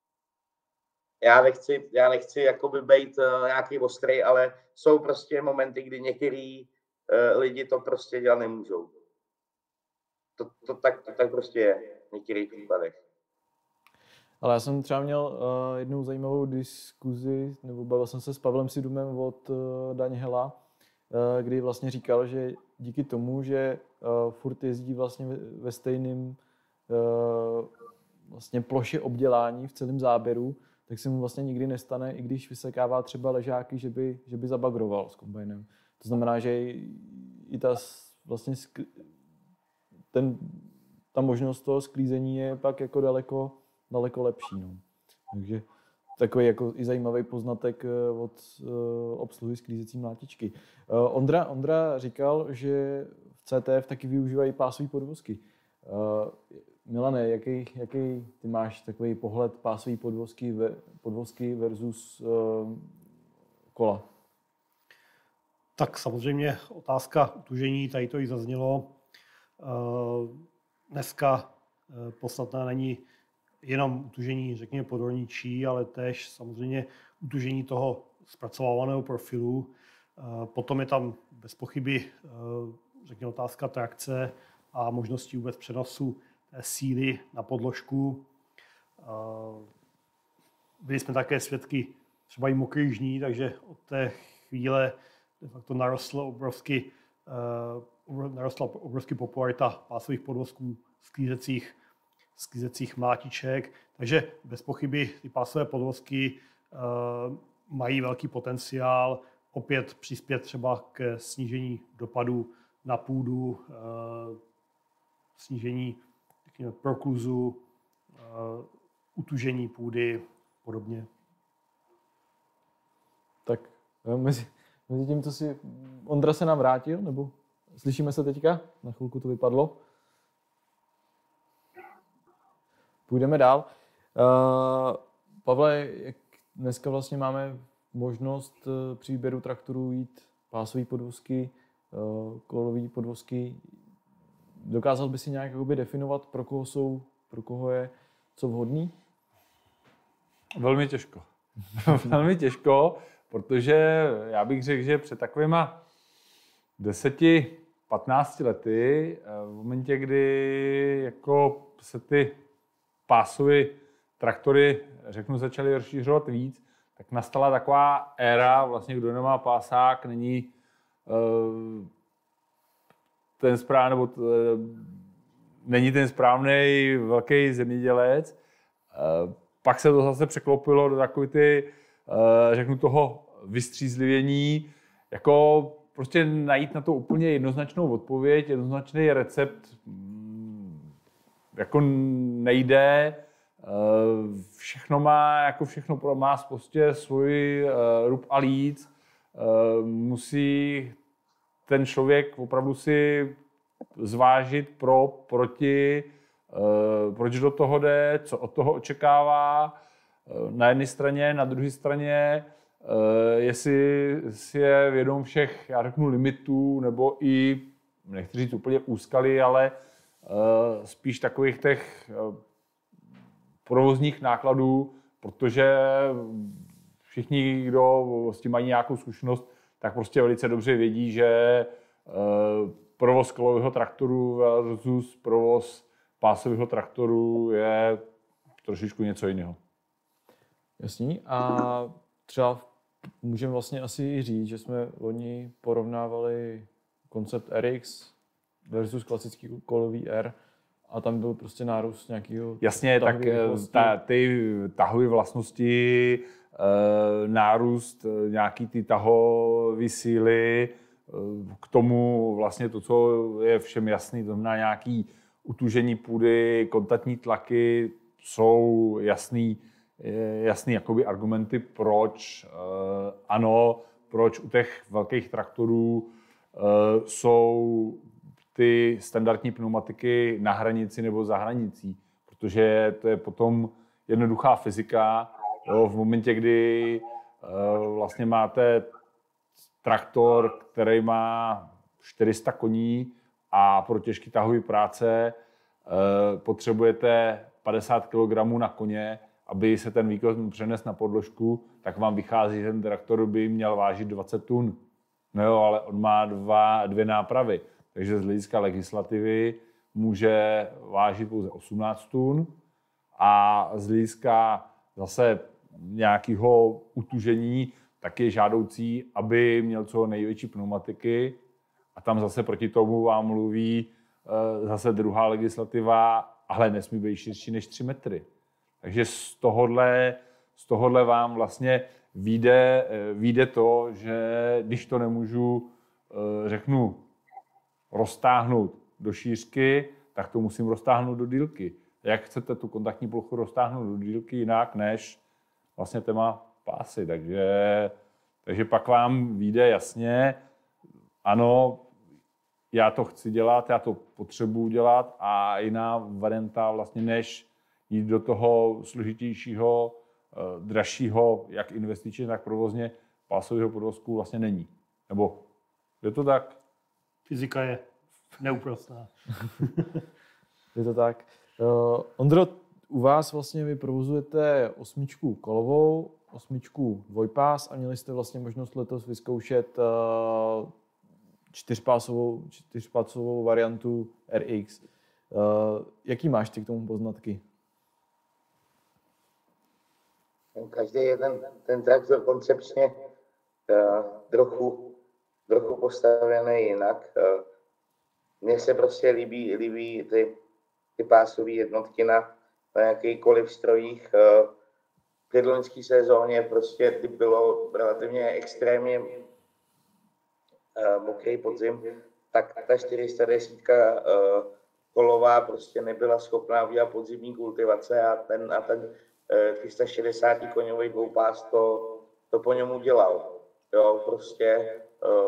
Speaker 2: Já nechci jakoby být nějaký ostrý, ale jsou prostě momenty, kdy některý lidi to prostě dělat nemůžou. To tak prostě je v některých případech.
Speaker 1: Ale já jsem třeba měl jednou zajímavou diskuzi, nebo bavil jsem se s Pavlem Sidumem od Daniela, kdy vlastně říkal, že díky tomu, že furt jezdí vlastně ve stejném vlastně ploše obdělání v celém záběru, tak se mu vlastně nikdy nestane, i když vysekává třeba ležáky, že by zabagroval s kombajnem. To znamená, že i ta vlastně ta možnost toho sklízení je pak jako daleko lepší. No. Takže takový jako i zajímavý poznatek od obsluhy sklízecí mlátičky. Ondra říkal, že v CTF taky využívají pásové podvozky. Milane, jaký ty máš takový pohled pásové podvozky versus kola?
Speaker 3: Tak samozřejmě otázka utužení, tady to i zaznělo. Dneska podstatná není jenom utužení, řekněme, podorničí, ale též samozřejmě utužení toho zpracovávaného profilu. Potom je tam bez pochyby, řekněme, otázka trakce a možností vůbec přenosu té síly na podložku. Byli jsme také svědky třeba i mokrých žní, takže od té chvíle de facto narostla obrovský popularita pásových podvozků, sklízecích mlátiček. Takže bez pochyby ty pásové podvozky mají velký potenciál opět přispět třeba k snížení dopadu na půdu, snížení prokluzu, utužení půdy podobně.
Speaker 1: Tak mezi tím, co si Ondra se nám vrátil, nebo slyšíme se teďka? Na chvilku to vypadlo. Půjdeme dál. Pavle, jak dneska vlastně máme možnost při výběru traktorů jít pásové podvozky, kolové podvozky. Dokázal by si nějak definovat, pro koho je co vhodný?
Speaker 4: Velmi těžko. Velmi těžko, protože já bych řekl, že před takovýma 10-15 lety, v momentě, kdy jako se ty pásové traktory, řeknu, začaly rozšířovat víc, tak nastala taková éra, vlastně kdo nemá pásák, není ten správný, nebo není ten správný velký zemědělec. Pak se to zase překlopilo do takové ty, řeknu, toho vystřízlivění, jako prostě najít na to úplně jednoznačnou odpověď, jednoznačný recept jako nejde. Všechno má prostě svůj rub a líc. Musí ten člověk opravdu si zvážit proti, proč do toho jde, co od toho očekává. Na jedné straně, na druhé straně, jestli si je vědom všech, já řeknu, limitů, nebo i, nechci říct úplně úskalí, ale spíš takových těch provozních nákladů, protože všichni, kdo s tím mají nějakou zkušenost, tak prostě velice dobře vědí, že provoz kolového traktoru versus provoz pásového traktoru je trošičku něco jiného.
Speaker 1: Jasný. A třeba můžeme vlastně asi říct, že jsme loni porovnávali koncept RX versus klasický kolový R a tam byl prostě nárůst nějakého...
Speaker 4: Jasně, tak ty tahové vlastnosti, nárůst nějaký ty tahové síly, k tomu vlastně to, co je všem jasný, to znamená nějaký utužení půdy, kontaktní tlaky, jsou jasný jakoby argumenty, proč ano, proč u těch velkých traktorů jsou ty standardní pneumatiky na hranici nebo za hranicí, protože to je potom jednoduchá fyzika. Jo, v momentě, kdy vlastně máte traktor, který má 400 koní a pro těžké tahové práce potřebujete 50 kg na koně, aby se ten výkon přenesl na podložku, tak vám vychází, že ten traktor by měl vážit 20 tun. No jo, ale on má dvě nápravy. Takže z hlediska legislativy může vážit pouze 18 tun a z hlediska zase nějakého utužení tak je žádoucí, aby měl co největší pneumatiky a tam zase proti tomu vám mluví zase druhá legislativa, ale nesmí být širší než 3 metry. Takže z tohohle vám vlastně vyjde to, že když to nemůžu, řeknu, roztáhnout do šířky, tak to musím roztáhnout do délky. Jak chcete tu kontaktní plochu roztáhnout do délky jinak než vlastně téma pásy. Takže pak vám vyjde jasně, ano, já to chci dělat, já to potřebuji dělat a jiná varianta vlastně než jít do toho složitějšího, dražšího, jak investičně, tak provozně, pásového podvozku vlastně není. Nebo je to tak?
Speaker 3: Fyzika je neúprostná.
Speaker 1: Je to tak. Ondro, u vás vlastně vy provozujete 8 kolovou 8 dvojpás a měli jste vlastně možnost letos vyzkoušet čtyřpásovou variantu RX. Jaký máš ty k tomu poznatky?
Speaker 2: Každý je ten traktor koncepčně trochu postavený jinak. Mně se prostě líbí ty pásové jednotky na jakýkoliv strojích. V předloňské sezóně prostě bylo relativně extrémně mokrý podzim, tak ta 410 kolová prostě nebyla schopná udělat podzimní kultivace a ten 360 koňový dvoupás to po něm udělal. Jo, prostě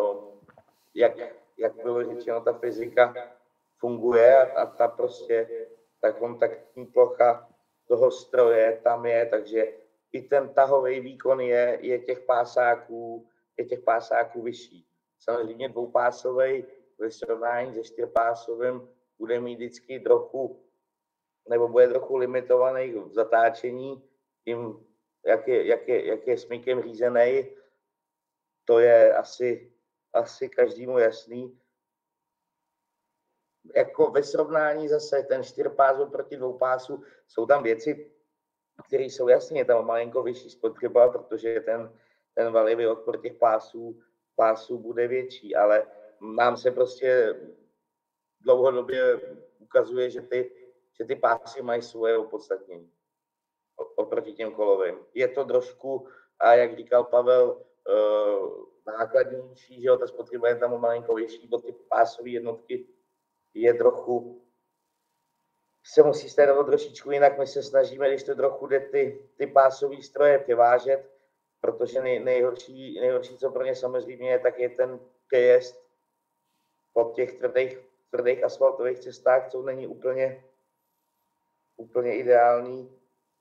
Speaker 2: jak bylo řečeno, ta fyzika funguje a ta kontaktní plocha toho stroje tam je, takže i ten tahový výkon je těch pásáků vyšší. Samozřejmě dvoupásový ve srovnání se čtyřpásovým bude mít vždycky bude trochu limitovaný v zatáčení, tím, jak je smykem řízený, to je asi každému jasný. Jako ve srovnání zase ten čtyřpás oproti dvoupásu jsou tam věci, které jsou jasně, tam malinko vyšší spotřeba, protože ten valivý odpor těch pásů bude větší, ale nám se prostě dlouhodobě ukazuje, že ty pásy mají svoje opodstatnění oproti těm kolovým. Je to trošku, a jak říkal Pavel, nákladnější, že jo, ta spotřeba je tam malinko vyšší, bo ty pásové jednotky je trochu, se musí starat trošičku jinak. My se snažíme, když to trochu jde, ty pásové stroje převážet, protože nejhorší, co pro ně samozřejmě je, tak je ten přejezd po těch tvrdých asfaltových cestách, co není úplně ideální.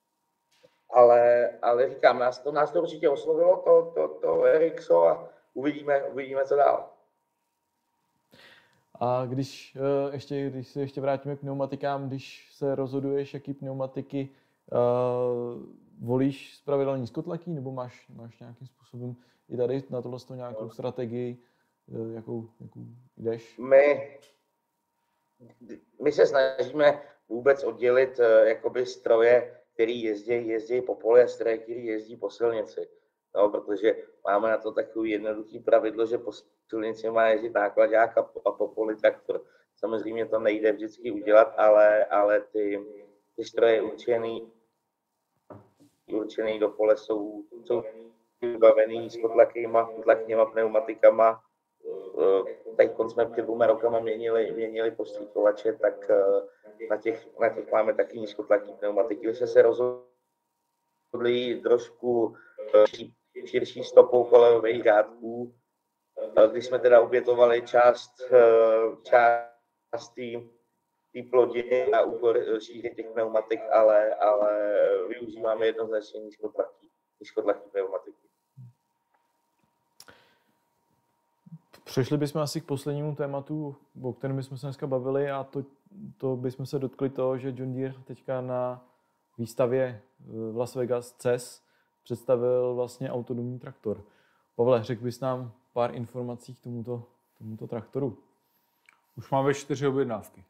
Speaker 2: Ale říkám, nás to určitě oslovilo, to RXO, a uvidíme, co dál.
Speaker 1: A když se ještě vrátíme k pneumatikám, když se rozhoduješ, jaký pneumatiky volíš zpravidla nízkotlaký, nebo máš nějakým způsobem i tady na tohle nějakou strategii, jakou jdeš?
Speaker 2: My se snažíme vůbec oddělit jakoby stroje, který jezdí po poli, a stroje, který jezdí po silnici. No, protože máme na to takový jednoduchý pravidlo, že po silnici má jezdit nákladák a po poli traktor. Samozřejmě to nejde vždycky udělat, ale ty stroje určený do pole jsou vybavený nízkotlakýma pneumatikama. Teď jsme před 2 rokama měnili postříkovače, tak na těch máme taky nízkotlaký pneumatiky. My jsme se rozhodli trošku širší stopou kolejových řádků, když jsme teda obětovali část té plodiny na úkor šíře těch pneumatik, ale využíváme jednoznačně nízkotlaký pneumatiky.
Speaker 1: Přešli bychom asi k poslednímu tématu, o kterém jsme se dneska bavili, a to bychom se dotkli toho, že John Deere teďka na výstavě v Las Vegas CES představil vlastně autonomní traktor. Pavle, řekl bys nám pár informací k tomuto traktoru?
Speaker 4: Už máme 4 objednávky.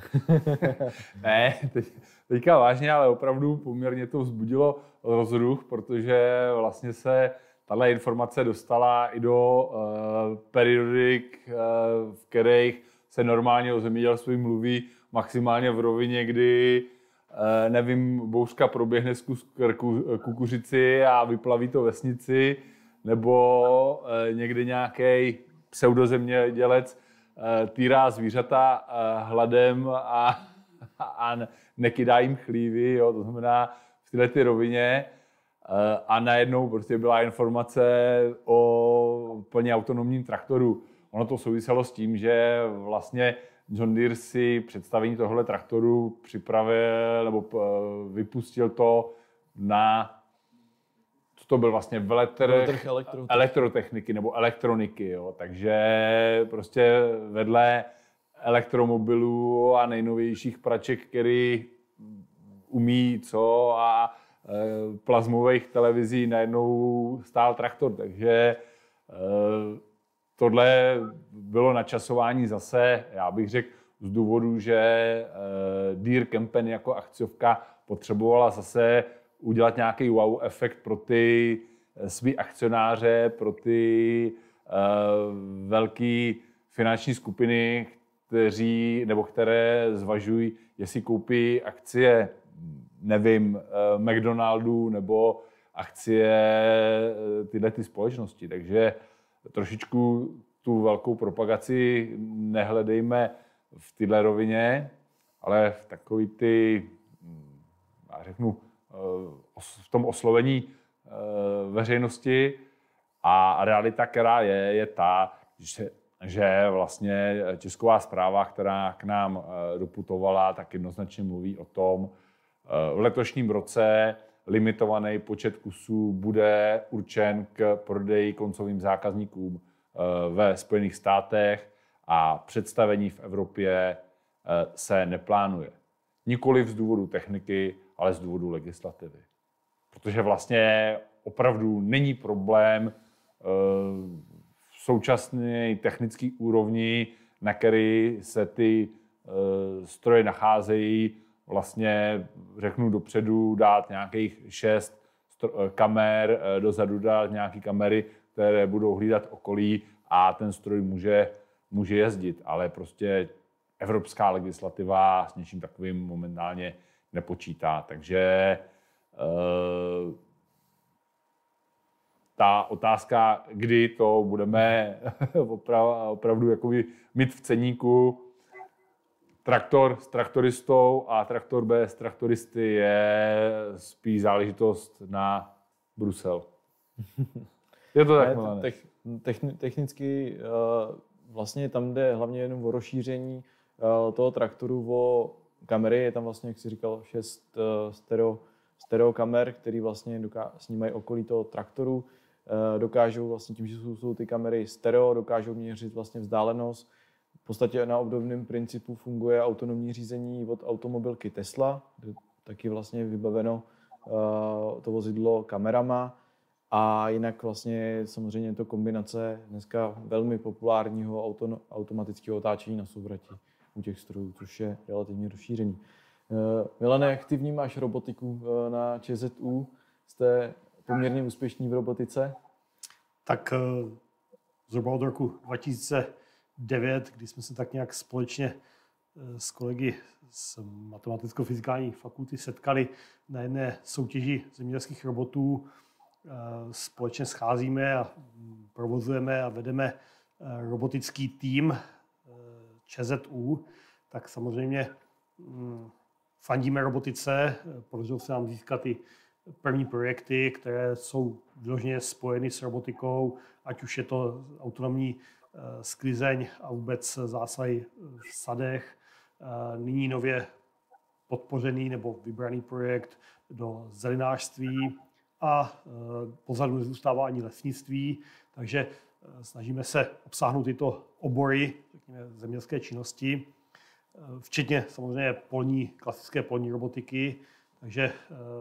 Speaker 4: Ne, teďka vážně, ale opravdu poměrně to vzbudilo rozruch, protože vlastně se tato informace dostala i do periodik, v kterých se normálně o zemědělství mluví maximálně v rovině, kdy nevím, bouřka proběhne z kukuřici a vyplaví to vesnici, nebo někdy nějaký pseudozemědělec týrá zvířata hladem a nekydá jim chlívy, jo, to znamená v této rovině. A najednou prostě byla informace o plně autonomním traktoru. Ono to souviselo s tím, že vlastně John Deere si představení tohle traktoru připravil nebo vypustil to na, co to byl vlastně veletrh elektrotechniky nebo elektroniky. Jo. Takže prostě vedle elektromobilů a nejnovějších praček, který umí co a plazmových televizí najednou stál traktor, takže tohle bylo načasování zase, já bych řekl, z důvodu, že Deere Campaign jako akciovka potřebovala zase udělat nějaký wow efekt pro ty svý akcionáře, pro ty velké finanční skupiny, které zvažují, jestli koupí akcie, nevím, McDonaldu nebo akcie tyhle ty společnosti. Takže trošičku tu velkou propagaci nehledejme v téhle rovině, ale v takový ty, já řeknu, v tom oslovení veřejnosti. A realita, která je ta, že vlastně tisková zpráva, která k nám doputovala, tak jednoznačně mluví o tom, v letošním roce limitovaný počet kusů bude určen k prodeji koncovým zákazníkům ve Spojených státech a představení v Evropě se neplánuje. Nikoliv z důvodu techniky, ale z důvodu legislativy. Protože vlastně opravdu není problém v současné technické úrovni, na který se ty stroje nacházejí, vlastně řeknu dopředu dát nějakých 6 kamer, dozadu dát nějaké kamery, které budou hlídat okolí a ten stroj může jezdit, ale prostě evropská legislativa s něčím takovým momentálně nepočítá. Takže ta otázka, kdy to budeme opravdu jakoby mít v ceníku, traktor s traktoristou a traktor bez traktoristy je spíš záležitost na Brusel. Je to tak, Milane?
Speaker 1: Technicky vlastně tam jde hlavně jenom o rozšíření toho traktoru o kamery. Je tam vlastně, jak jsi říkal, 6 stereo kamer, které vlastně snímají okolí toho traktoru. Dokážou vlastně tím, že jsou ty kamery stereo, dokážou měřit vlastně vzdálenost. V podstatě na obdobném principu funguje autonomní řízení od automobilky Tesla, kde taky vlastně vybaveno to vozidlo kamerama. A jinak vlastně samozřejmě je to kombinace dneska velmi populárního automatického otáčení na souvrati u těch strojů, což je relativně rozšířený. Milane, jak ty vnímáš robotiku na ČZU? Jste poměrně úspěšní v robotice?
Speaker 3: Tak zhruba od roku 2009, kdy jsme se tak nějak společně s kolegy z Matematicko-fyzikální fakulty setkali na jedné soutěži zemědělských robotů. Společně scházíme a provozujeme a vedeme robotický tým ČZU, tak samozřejmě fandíme robotice. Podařilo se nám získat i první projekty, které jsou vyloženě spojeny s robotikou, ať už je to autonomní sklizeň a vůbec zásahy v sadech. Nyní nově podpořený nebo vybraný projekt do zelenářství a pozadu nezůstává ani lesnictví, takže snažíme se obsáhnout tyto obory, řekněme, zemědělské činnosti, včetně samozřejmě klasické polní robotiky, takže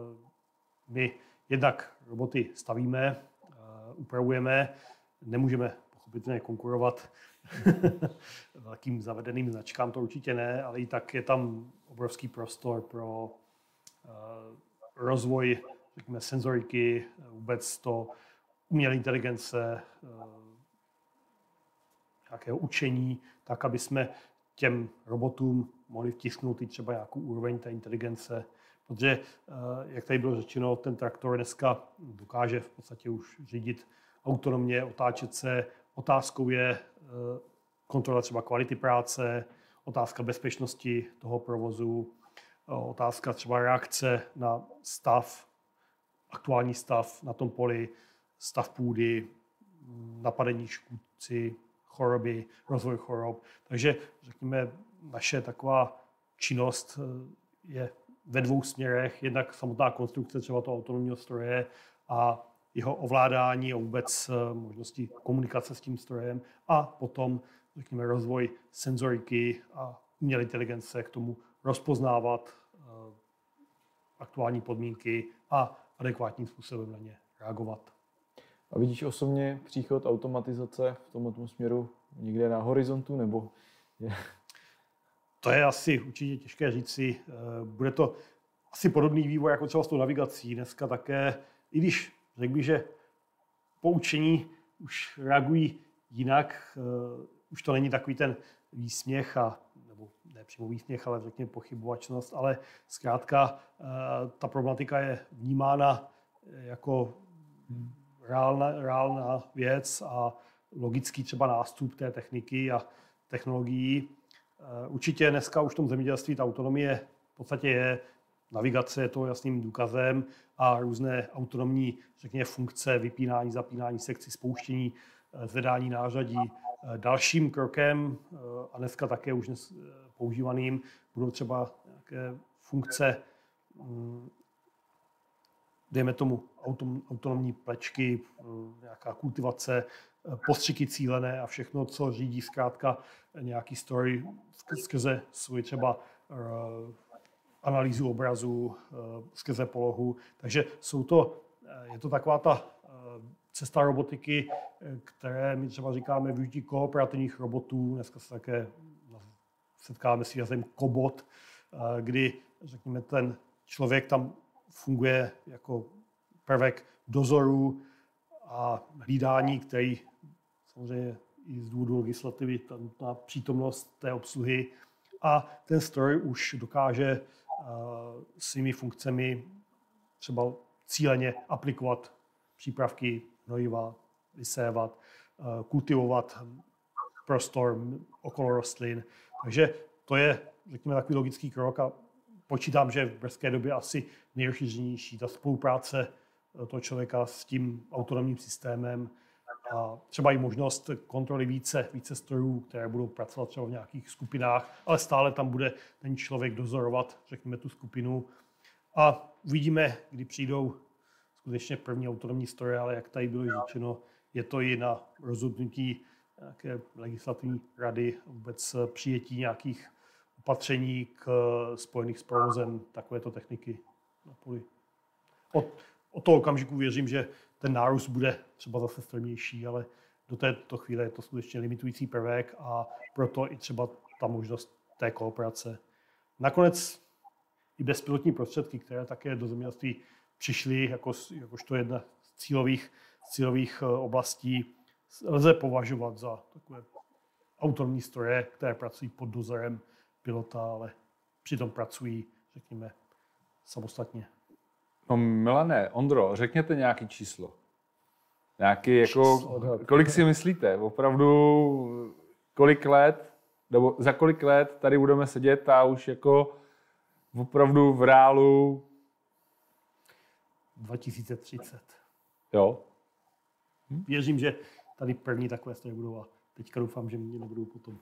Speaker 3: my jednak roboty stavíme, upravujeme, nemůžeme pochopitelně konkurovat velkým zavedeným značkám, to určitě ne, ale i tak je tam obrovský prostor pro rozvoj, řekněme, senzoriky, vůbec to umělé inteligence, nějakého učení, tak, aby jsme těm robotům mohli vtisknout i třeba nějakou úroveň té inteligence. Protože, jak tady bylo řečeno, ten traktor dneska dokáže v podstatě už řídit autonomně, otáčet se. Otázkou je kontrola třeba kvality práce, otázka bezpečnosti toho provozu, otázka třeba reakce na aktuální stav na tom poli, stav půdy, napadení škůdci, choroby, rozvoj chorob. Takže, řekněme, naše taková činnost je ve dvou směrech. Jednak samotná konstrukce třeba toho autonomního stroje a jeho ovládání a vůbec možnosti komunikace s tím strojem a potom, řekněme, rozvoj senzoriky a umělé inteligence k tomu rozpoznávat aktuální podmínky a adekvátním způsobem na ně reagovat.
Speaker 1: A vidíš osobně příchod automatizace v tomto směru někde na horizontu, nebo je?
Speaker 3: To je asi určitě těžké říci. Bude to asi podobný vývoj jako třeba s tou navigací. Dneska také, i když řekl bych, že poučení už reagují jinak, už to není takový ten výsměch, nebo ne přímo výsměch, ale řekněme pochybovačnost, ale zkrátka ta problematika je vnímána jako reálná věc a logický třeba nástup té techniky a technologií. Určitě dneska už v tom zemědělství ta autonomie v podstatě je, navigace je to jasným důkazem a různé autonomní, řekněme, funkce, vypínání, zapínání sekcí, spouštění, zvedání nářadí. Dalším krokem, a dneska také už používaným, budou třeba nějaké funkce, dejme tomu autonomní plečky, nějaká kultivace, postřiky cílené a všechno, co řídí zkrátka nějaký stroj skrze svůj třeba analýzu obrazu, skrze polohu. Takže je to taková ta cesta robotiky, které my třeba říkáme využití kooperativních robotů. Dneska se také setkáme s výrazem kobot, kdy, řekněme, ten člověk tam funguje jako prvek dozoru a hlídání, který samozřejmě i z důvodu legislativy na přítomnost té obsluhy. A ten stroj už dokáže svými funkcemi třeba cíleně aplikovat přípravky, hnojiva, vysévat, kultivovat prostor okolo rostlin. Takže to je, řekněme, takový logický krok a počítám, že v brzké době asi nejrozšířenější ta spolupráce toho člověka s tím autonomním systémem a třeba i možnost kontroly více strojů, které budou pracovat třeba v nějakých skupinách, ale stále tam bude ten člověk dozorovat, řekněme, tu skupinu. A uvidíme, kdy přijdou skutečně první autonomní stroje, ale jak tady bylo řečeno, je to i na rozhodnutí nějaké legislativní rady, vůbec přijetí nějakých opatření spojených s provozem takovéto techniky na poli. Od toho okamžiku věřím, že ten nárůst bude třeba zase strmější, ale do této chvíle je to skutečně limitující prvek a proto i třeba ta možnost té kooperace. Nakonec i bezpilotní prostředky, které také do zemědělství přišly jakožto jedna z cílových oblastí, lze považovat za takové autonomní stroje, které pracují pod dozorem pilota, ale přitom pracují, řekněme, samostatně.
Speaker 4: No Milane, Ondro, řekněte nějaké číslo. Nějaký kolik si myslíte? Opravdu kolik let, nebo za kolik let tady budeme sedět a už jako opravdu v reálu
Speaker 3: 2030.
Speaker 4: Jo.
Speaker 3: Věřím, že tady první takové stroje budou a teďka doufám, že mě nebudou potom.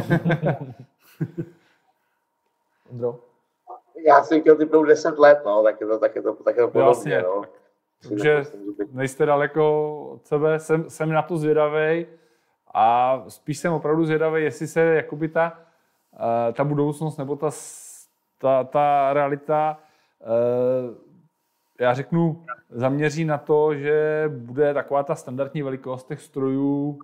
Speaker 1: Ondro?
Speaker 2: Já jsem chtěl typnout 10 let, no, tak je to podobně,
Speaker 4: vlastně,
Speaker 2: no.
Speaker 4: Takže nejste daleko od sebe, jsem na to zvědavej a spíš jsem opravdu zvědavej, jestli se jakoby ta budoucnost nebo ta realita, já řeknu, zaměří na to, že bude taková ta standardní velikost těch strojů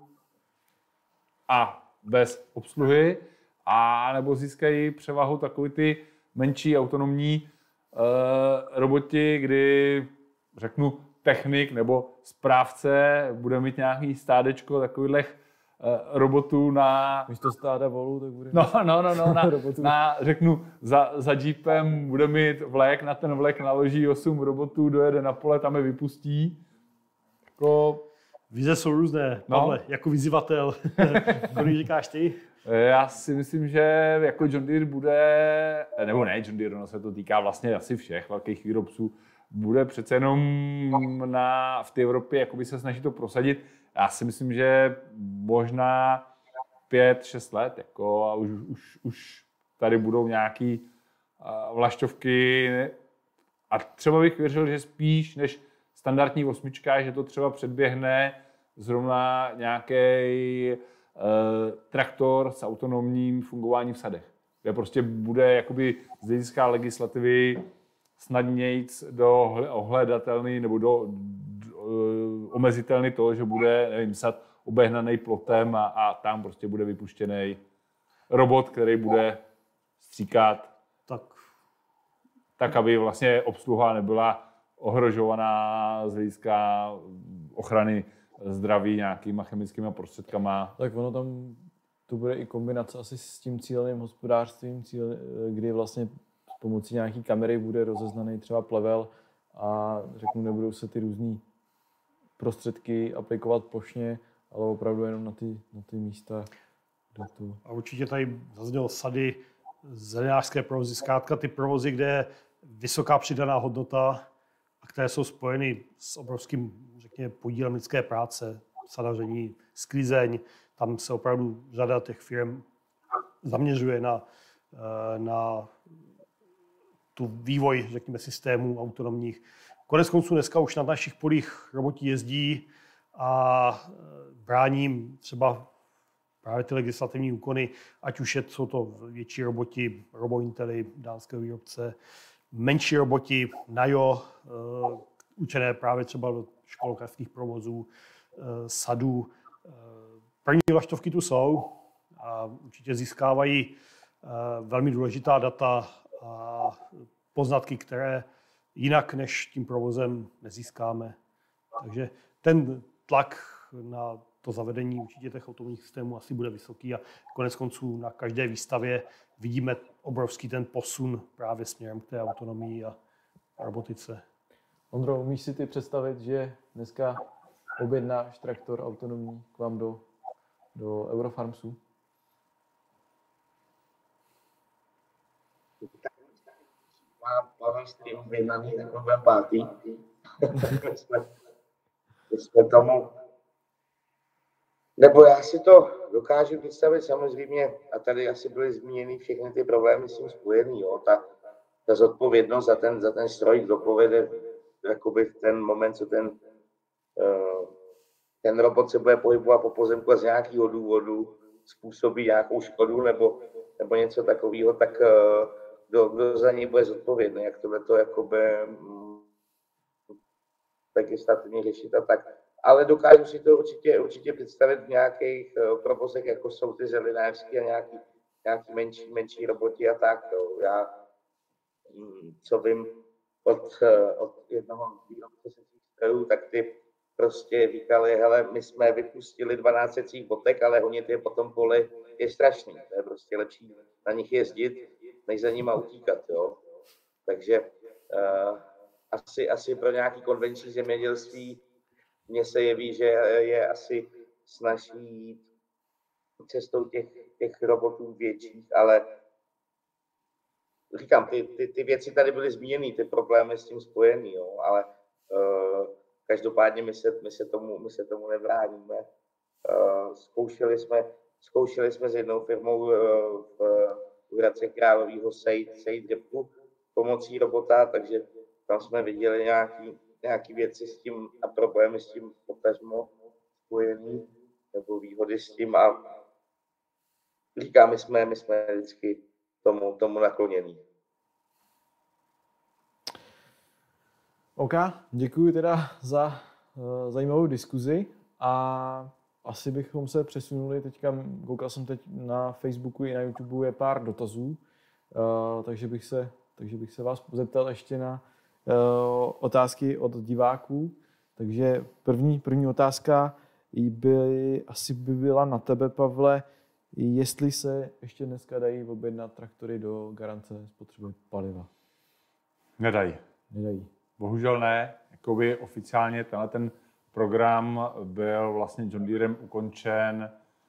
Speaker 4: a bez obsluhy, a nebo získají převahu takový ty menší autonomní roboti, kdy řeknu technik nebo správce bude mít nějaký stádečko takových robotů na...
Speaker 1: Místo stáda volů, tak bude...
Speaker 4: řeknu, za jeepem bude mít vlek, na ten vlek naloží 8 robotů, dojede na pole, tam je vypustí.
Speaker 3: Vize jsou různé, Pavle, jako vyzývatel. Kolik říkáš ty?
Speaker 4: Já si myslím, že jako John Deere bude, nebo ne John Deere, ono se to týká vlastně asi všech velkých výrobců, bude přece jenom v té Evropě jakoby se snaží to prosadit. Já si myslím, že možná 5-6 let jako, a už tady budou nějaký vlaštovky a třeba bych věřil, že spíš než standardní osmička, že to třeba předběhne zrovna nějaký traktor s autonomním fungováním v sadech. Kde prostě bude jakoby z hlediska legislativy snadnějc ohledatelný nebo omezitelný to, že bude, nevím, sad obehnaný plotem a tam prostě bude vypuštěný robot, který bude stříkat tak, aby vlastně obsluha nebyla ohrožovaná z hlediska ochrany zdraví nějakýma chemickými prostředkama.
Speaker 1: Tak ono tam to bude i kombinace asi s tím cíleným hospodářstvím, kdy vlastně s pomocí nějaký kamery bude rozeznaný třeba plevel a řeknu, nebudou se ty různý prostředky aplikovat plošně, ale opravdu jenom na ty místa, kde to...
Speaker 3: A určitě tady zaznělo sady, zelenářské provozy, zkrátka ty provozy, kde je vysoká přidaná hodnota a které jsou spojeny s obrovským, řekněme, podílem lidské práce, sadaření, sklizeň. Tam se opravdu řada těch firm zaměřuje na tu vývoj, řekněme, systémů autonomních. Konec konců dneska už na našich polích roboti jezdí a brání třeba právě ty legislativní úkony, ať už jsou to větší roboti, RoboIntely, dánského výrobce, menší roboti, NAJO, učené právě třeba do školkařských provozů, sadů. První vlaštovky tu jsou a určitě získávají velmi důležitá data a poznatky, které jinak než tím provozem nezískáme. Takže ten tlak na to zavedení určitě těch autonomních systémů asi bude vysoký a konec konců na každé výstavě vidíme obrovský ten posun právě směrem k té autonomii a robotice.
Speaker 1: Ondro, umíš si ty představit, že dneska objednáš traktor autonomní k vám do Eurofarmsu?
Speaker 2: Má plný stream objednaný, tak budeme pátý. my jsme tomu... Nebo já si to dokážu představit samozřejmě, a tady asi byly zmíněny všechny ty problémy s tím spojený, jo, ta zodpovědnost za ten stroj, kdo povede jakoby v ten moment, co ten robot se bude pohybovat po pozemku a z nějakého důvodu způsobí nějakou škodu nebo něco takového, tak kdo za něj bude zodpovědný, jak tohleto jakoby legislativně řešit a tak. Ale dokážu si to určitě představit v nějakých provozech, jako jsou ty zelenářské a nějaký menší roboti a tak. Jo. Já, co vím od jednoho výrobce secích strojů, tak ty prostě říkali, hele, my jsme vypustili 12 secích botek, ale honit je po tom poli je strašný. To je prostě lepší na nich jezdit, než za nima utíkat. Jo. Takže asi pro nějaký konvenční zemědělství mně se jeví, že je asi snaží cestou těch robotů větších, ale říkám, ty věci tady byly zmíněny, ty problémy s tím spojený, jo, ale každopádně my se tomu nebráníme. Zkoušeli jsme s jednou firmou v Hradci Královýho sejít řepku pomocí robota, takže tam jsme viděli nějaké věci s tím a problémy s tím potažmo spojený, nebo výhody s tím a říkám, my jsme vždycky tomu naklonění.
Speaker 1: OK, děkuji teda za zajímavou diskuzi a asi bychom se přesunuli teďka, koukal jsem teď na Facebooku i na YouTube je pár dotazů, takže bych se vás zeptal ještě na otázky od diváků. Takže první otázka by byla na tebe, Pavle, jestli se ještě dneska dají objednat traktory do garance spotřeby paliva.
Speaker 4: Nedají. Bohužel ne. Jakoby oficiálně ten program byl vlastně John Deerem ukončen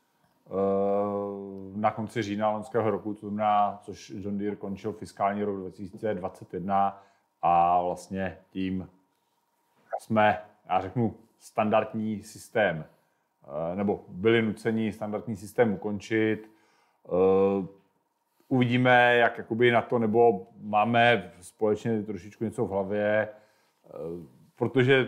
Speaker 4: na konci října loňského roku, což John Deere končil fiskální rok 2021 a vlastně tím jsme, já řeknu, standardní systém, nebo byli nuceni standardní systém ukončit. Uvidíme, jak jakoby na to, nebo máme společně trošičku něco v hlavě, protože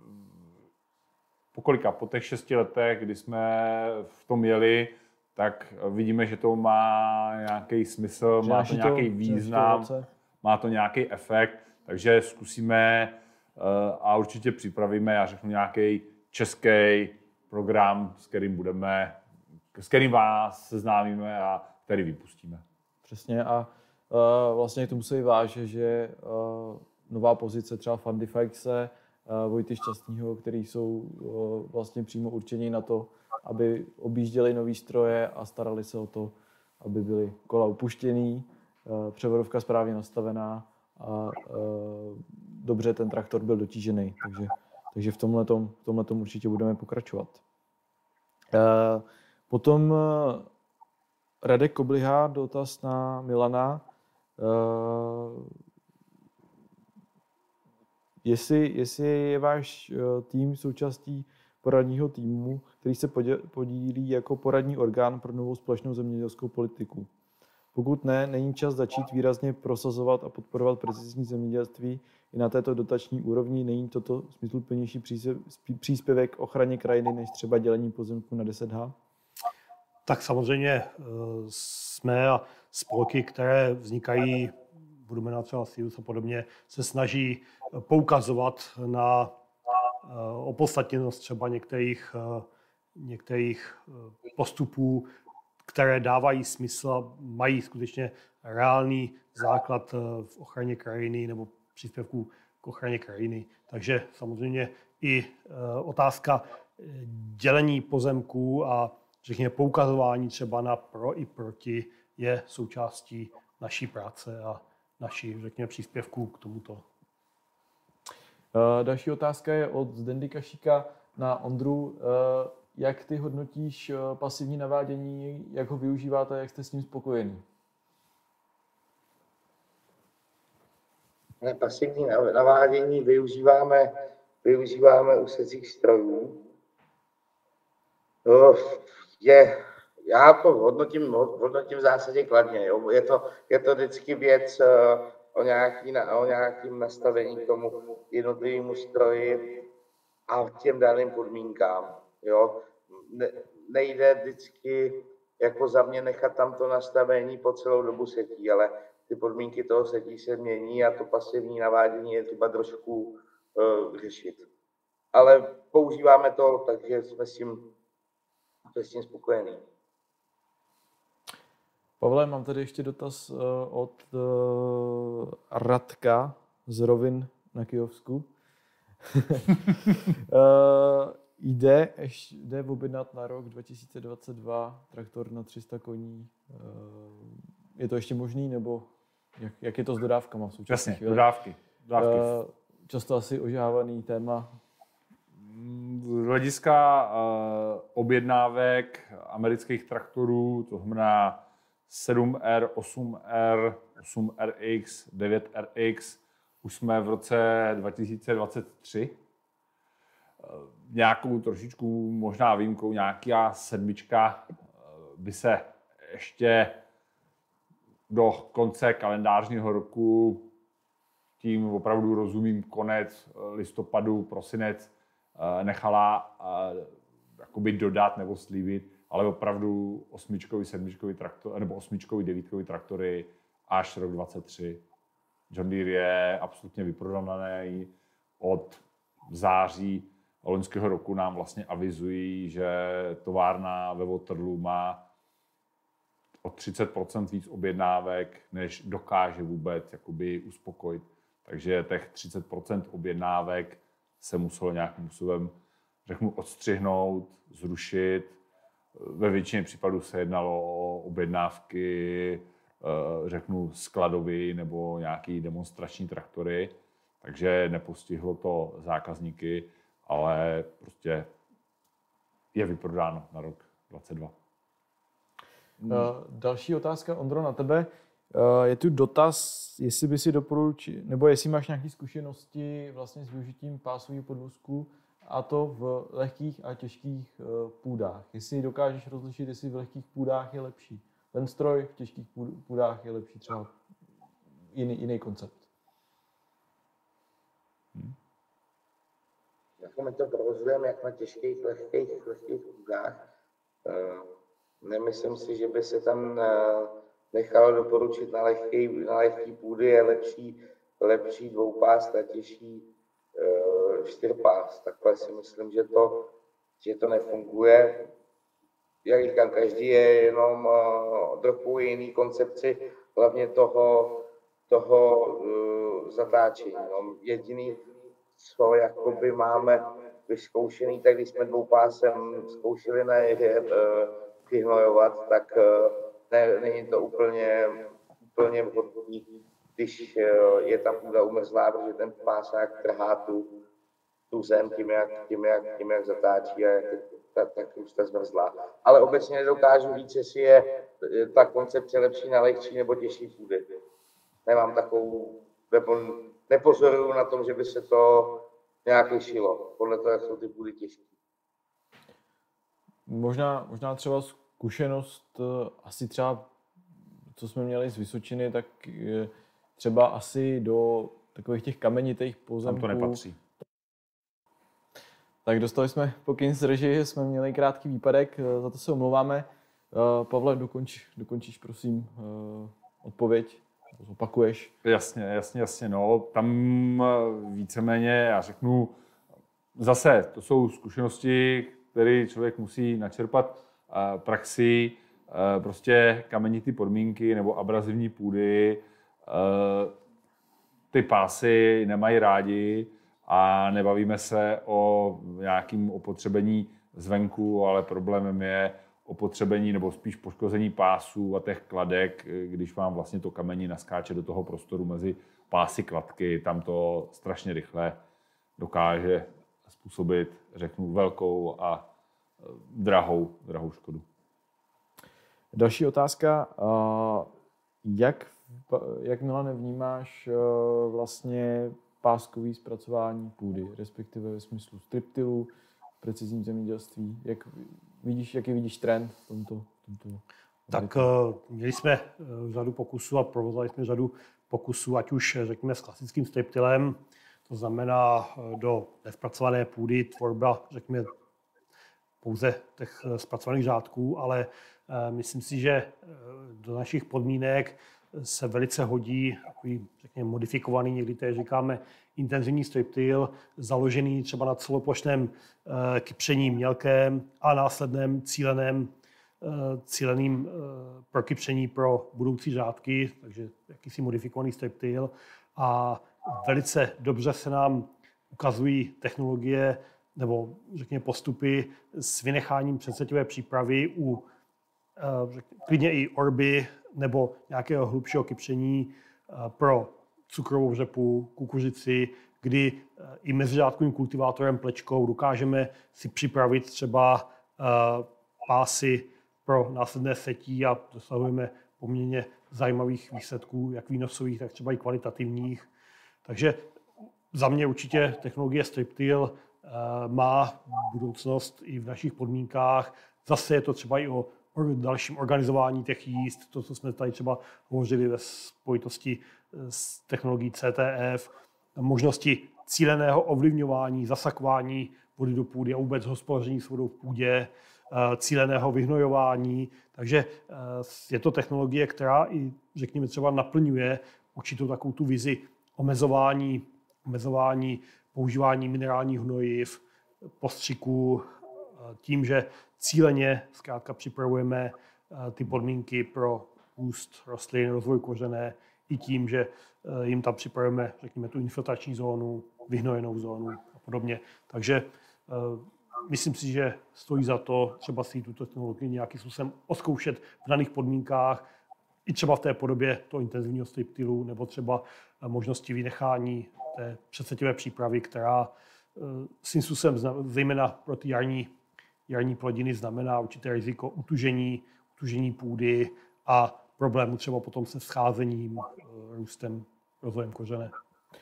Speaker 4: po těch 6 letech, kdy jsme v tom jeli, tak vidíme, že to má nějaký smysl, má to nějaký význam, má to nějaký efekt, Takže zkusíme a určitě připravíme, já řeknu, nějaký český program, s kterým vás seznámíme a který vypustíme.
Speaker 1: Přesně a vlastně k tomu se i váže, že nová pozice třeba Fundifexe, Vojty Šťastného, který jsou vlastně přímo určení na to, aby objížděli nový stroje a starali se o to, aby byly kola upuštěný, převodovka správně nastavená a dobře ten traktor byl dotížený. Takže v tomhletom určitě budeme pokračovat. Potom Radek Kobliha, dotaz na Milana. Jestli je váš tým součástí poradního týmu, který se podílí jako poradní orgán pro novou společnou zemědělskou politiku. Pokud ne, není čas začít výrazně prosazovat a podporovat precizní zemědělství i na této dotační úrovni. Není toto smysluplnější příspěvek k ochraně krajiny než třeba dělení pozemků na 10H?
Speaker 3: Tak samozřejmě jsme a spolky, které vznikají, budeme na třeba Sius a podobně, se snaží poukazovat na opodstatněnost třeba některých postupů, které dávají smysl a mají skutečně reálný základ v ochraně krajiny nebo příspěvků k ochraně krajiny. Takže samozřejmě i otázka dělení pozemků a řekněme poukazování třeba na pro i proti je součástí naší práce a naší, řekněme, příspěvků k tomuto.
Speaker 1: Další otázka je od Zdendy Kašíka na Ondru. Jak ty hodnotíš pasivní navádění, jak ho využíváte, jak jste s ním spokojení?
Speaker 2: Pasivní navádění využíváme u secích strojů. Já to hodnotím v zásadě kladně. Jo. Je to vždycky věc o nějakým nastavení k tomu jednotlivému stroji a těm daným podmínkám. Jo. Nejde vždycky jako za mě nechat tam to nastavení po celou dobu setí, ale ty podmínky toho setí se mění a to pasivní navádění je třeba trošku řešit. Ale používáme to, takže jsme s tím spokojení.
Speaker 1: Pavle, mám tady ještě dotaz od Radka z Rovin na Kyjovsku. Jde objednat na rok 2022 traktor na 300 koní. Je to ještě možný, nebo jak je to s dodávkama v současné chvíli?
Speaker 4: Dodávky.
Speaker 1: Často asi ožávaný téma.
Speaker 4: Z hlediska objednávek amerických traktorů, to znamená 7R, 8R, 8RX, 9RX, už jsme v roce 2023. Nějakou trošičku možná výjimkou, nějaká sedmička by se ještě do konce kalendářního roku, tím opravdu rozumím konec listopadu, prosinec, nechala jakoby dodat nebo slíbit, ale opravdu 8, 7 traktor, nebo 8, 9 traktory až rok 2023. John Deere je absolutně vyprodaný. Od září loňského roku nám vlastně avizují, že továrna ve Waterloo má o 30% víc objednávek, než dokáže vůbec jakoby uspokojit. Takže těch 30% objednávek se muselo nějakým způsobem, řeknu, odstřihnout, zrušit. Ve většině případů se jednalo o objednávky, řeknu, skladový nebo nějaký demonstrační traktory, takže nepostihlo to zákazníky, ale prostě je vyprodáno na rok 2022.
Speaker 1: Další otázka, Ondro, na tebe. Je tu dotaz, jestli by si doporučil, nebo jestli máš nějaké zkušenosti vlastně s využitím pásového podvozku, a to v lehkých a těžkých půdách. Jestli dokážeš rozlišit, jestli v lehkých půdách je lepší ten stroj, v těžkých půdách je lepší třeba jiný koncept.
Speaker 2: Jako my to provozujeme jak na těžkých, lehkých půdách. Nemyslím si, že by se tam nechalo doporučit na lehký půdy. Je lepší lepší dvoupás a těžší čtyřpás. Takhle si myslím, že to nefunguje. Jak říkám, každý je jenom trochu jiný koncepci, hlavně toho zatáčení. No, jediný, co jakoby máme vyzkoušený, tak když jsme dvoupásem zkoušeli na jeře přihnojovat, tak není to úplně vhodný, když je ta půda umrzlá, protože ten pásák trhá tu zem tím, jak zatáčí a tak už ta zmrzlá. Ale obecně nedokážu říct, jestli je ta koncepce lepší na lehčí nebo těžší půdy. Nemám takovou, nepozoruju na tom, že by se to nějak lišilo, podle toho, jak jsou ty půdy těžké.
Speaker 1: Možná třeba zkušenost, asi třeba, co jsme měli z Vysočiny, tak třeba asi do takových těch kamenitých pozemků.
Speaker 4: Tam to nepatří.
Speaker 1: Tak dostali jsme pokyn z režie, jsme měli krátký výpadek, za to se omlouváme. Pavle, dokončíš prosím odpověď, opakuješ.
Speaker 4: Jasně, no. Tam víceméně, já řeknu, zase, to jsou zkušenosti, které člověk musí načerpat praxi, prostě kamenité podmínky nebo abrazivní půdy, ty pásy nemají rádi a nebavíme se o nějakém opotřebení zvenku, ale problémem je opotřebení nebo spíš poškození pásů a těch kladek, když vám vlastně to kamení naskáče do toho prostoru mezi pásy kladky, tam to strašně rychle dokáže způsobit, řeknu, velkou a drahou škodu.
Speaker 1: Další otázka. Jak Milane vnímáš vlastně páskový zpracování půdy, respektive ve smyslu striptilu, precizním zemědělství? Jaký vidíš trend v tomto?
Speaker 3: Tak měli jsme řadu pokusů a provozovali jsme řadu pokusů, ať už řekněme s klasickým striptilem, to znamená do nezpracované půdy, tvorba, řekněme, pouze těch zpracovaných řádků, ale myslím si, že do našich podmínek se velice hodí takový, řekněme, modifikovaný, někdy to říkáme intenzivní striptil, založený třeba na celoplošném kypření mělkém a následném cíleným prokypření pro budoucí řádky, takže jakýsi modifikovaný striptil. A velice dobře se nám ukazují technologie nebo řekněme postupy s vynecháním předsetivé přípravy u klidně i orby nebo nějakého hlubšího kypření pro cukrovou řepu, kukuřici, kdy i meziřádkovým kultivátorem plečkou dokážeme si připravit třeba pásy pro následné setí a dosahujeme poměrně zajímavých výsledků, jak výnosových, tak třeba i kvalitativních. Takže za mě určitě technologie striptil má budoucnost i v našich podmínkách. Zase je to třeba i o dalším organizování těch jízd, to, co jsme tady třeba hovořili ve spojitosti s technologií CTF, možnosti cíleného ovlivňování, zasakování vody do půdy a vůbec hospodaření s vodou v půdě, cíleného vyhnojování. Takže je to technologie, která i, řekněme, třeba naplňuje určitou takovou tu vizi omezování používání minerálních hnojiv, postřiků, tím, že cíleně zkrátka připravujeme ty podmínky pro růst rostlin, rozvoj kořene, i tím, že jim tam připravujeme, řekněme, tu infiltrační zónu, vyhnojenou zónu a podobně. Takže myslím si, že stojí za to třeba si tuto technologii nějakým způsobem odzkoušet v daných podmínkách, i třeba v té podobě toho intenzivního striptilu, nebo třeba možnosti vynechání té předsetivé přípravy, která svým způsobem, zejména pro ty jarní plodiny, znamená určité riziko utužení půdy a problémů třeba potom se scházením, růstem, rozvojem kořene.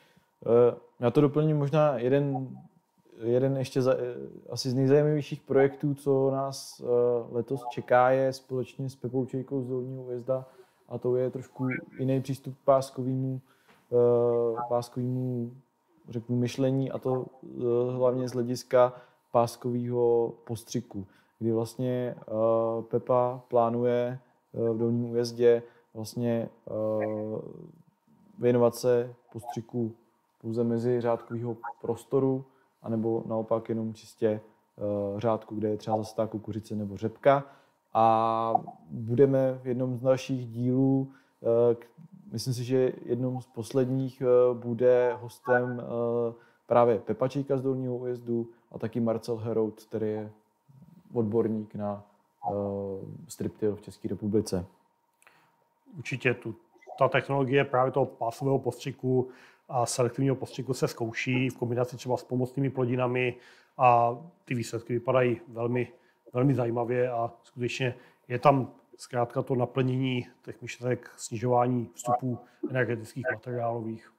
Speaker 1: Já to doplním možná jeden ještě asi z nejzajímavějších projektů, co nás letos čeká, je společně s Pepou Čejkou z Dolního Újezda, a to je trošku jiný přístup k páskovému řeknu, myšlení, a to hlavně z hlediska páskového postřiku, kdy vlastně Pepa plánuje v Dolním Újezdě vlastně věnovat se postřiku pouze mezi řádkového prostoru, anebo naopak jenom čistě řádku, kde je třeba zasetá kukuřice nebo řepka. A budeme v jednom z dalších dílů, myslím si, že jednou z posledních bude hostem právě Pepa Čejka z Dolního Újezdu a taky Marcel Herout, který je odborník na striptil v České republice.
Speaker 3: Určitě ta technologie právě toho pásového postřiku a selektivního postřiku se zkouší v kombinaci třeba s pomocnými plodinami a ty výsledky vypadají velmi, velmi zajímavě a skutečně je tam zkrátka to naplnění těch myšlenek snižování vstupů energetických materiálových.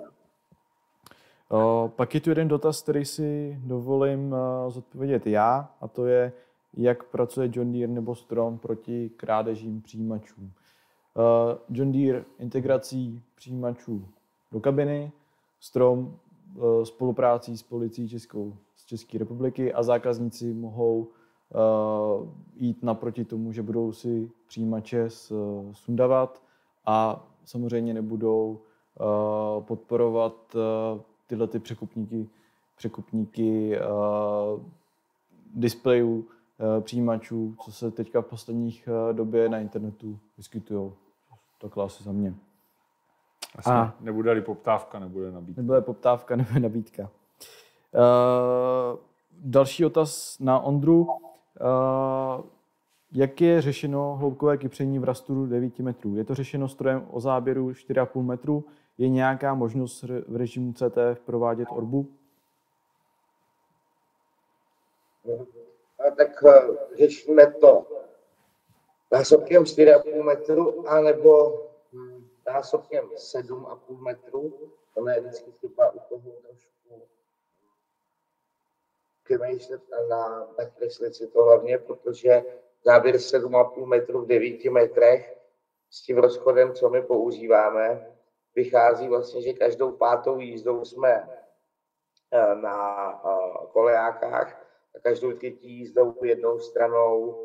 Speaker 1: Pak je tu jeden dotaz, který si dovolím zodpovědět já, a to je, jak pracuje John Deere nebo Strom proti krádežím přijímačů. John Deere integrací přijímačů do kabiny, Strom spoluprácí s policií z České republiky a zákazníci mohou jít naproti tomu, že budou si přijímače sundavat a samozřejmě nebudou podporovat tyhle ty překupníky displejů přijímačů, co se teďka v posledních době na internetu vyskytují. Takhle asi za mě.
Speaker 4: A nebude-li poptávka, nebude nabídka.
Speaker 1: Nebude poptávka, nebude nabídka. Další otaz na Ondru. Jak je řešeno hloubkové kypření v rasturu 9 metrů? Je to řešeno strojem o záběru 4,5 metru? Je nějaká možnost v režimu CTF provádět orbu?
Speaker 2: Tak řešíme to násobkem 4,5 metru anebo násobkem 7,5 metru. To je vždycky chyba u toho trošku přemýšlet a nakreslit si to hlavně, protože záběr 7,5 metru v 9 metrech s tím rozchodem, co my používáme, vychází vlastně, že každou pátou jízdou jsme na kolejákách a každou třetí jízdou jednou stranou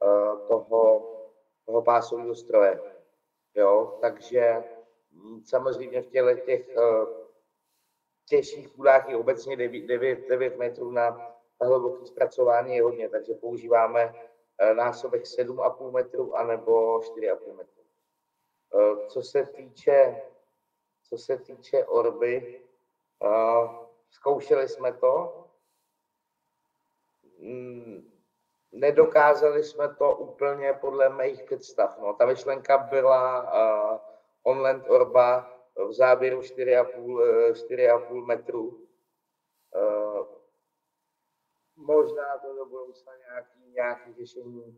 Speaker 2: toho pásového stroje. Jo? Takže samozřejmě v těch těžších půdách je obecně 9 metrů na hluboké zpracování je hodně, takže používáme násobek 7,5 metru anebo 4,5 metru. Co se týče orby, zkoušeli jsme to, nedokázali jsme to úplně podle mých představ. No. Ta myšlenka byla on-land orba v záběru 4,5 metru. Možná to do budoucna nějaké řešení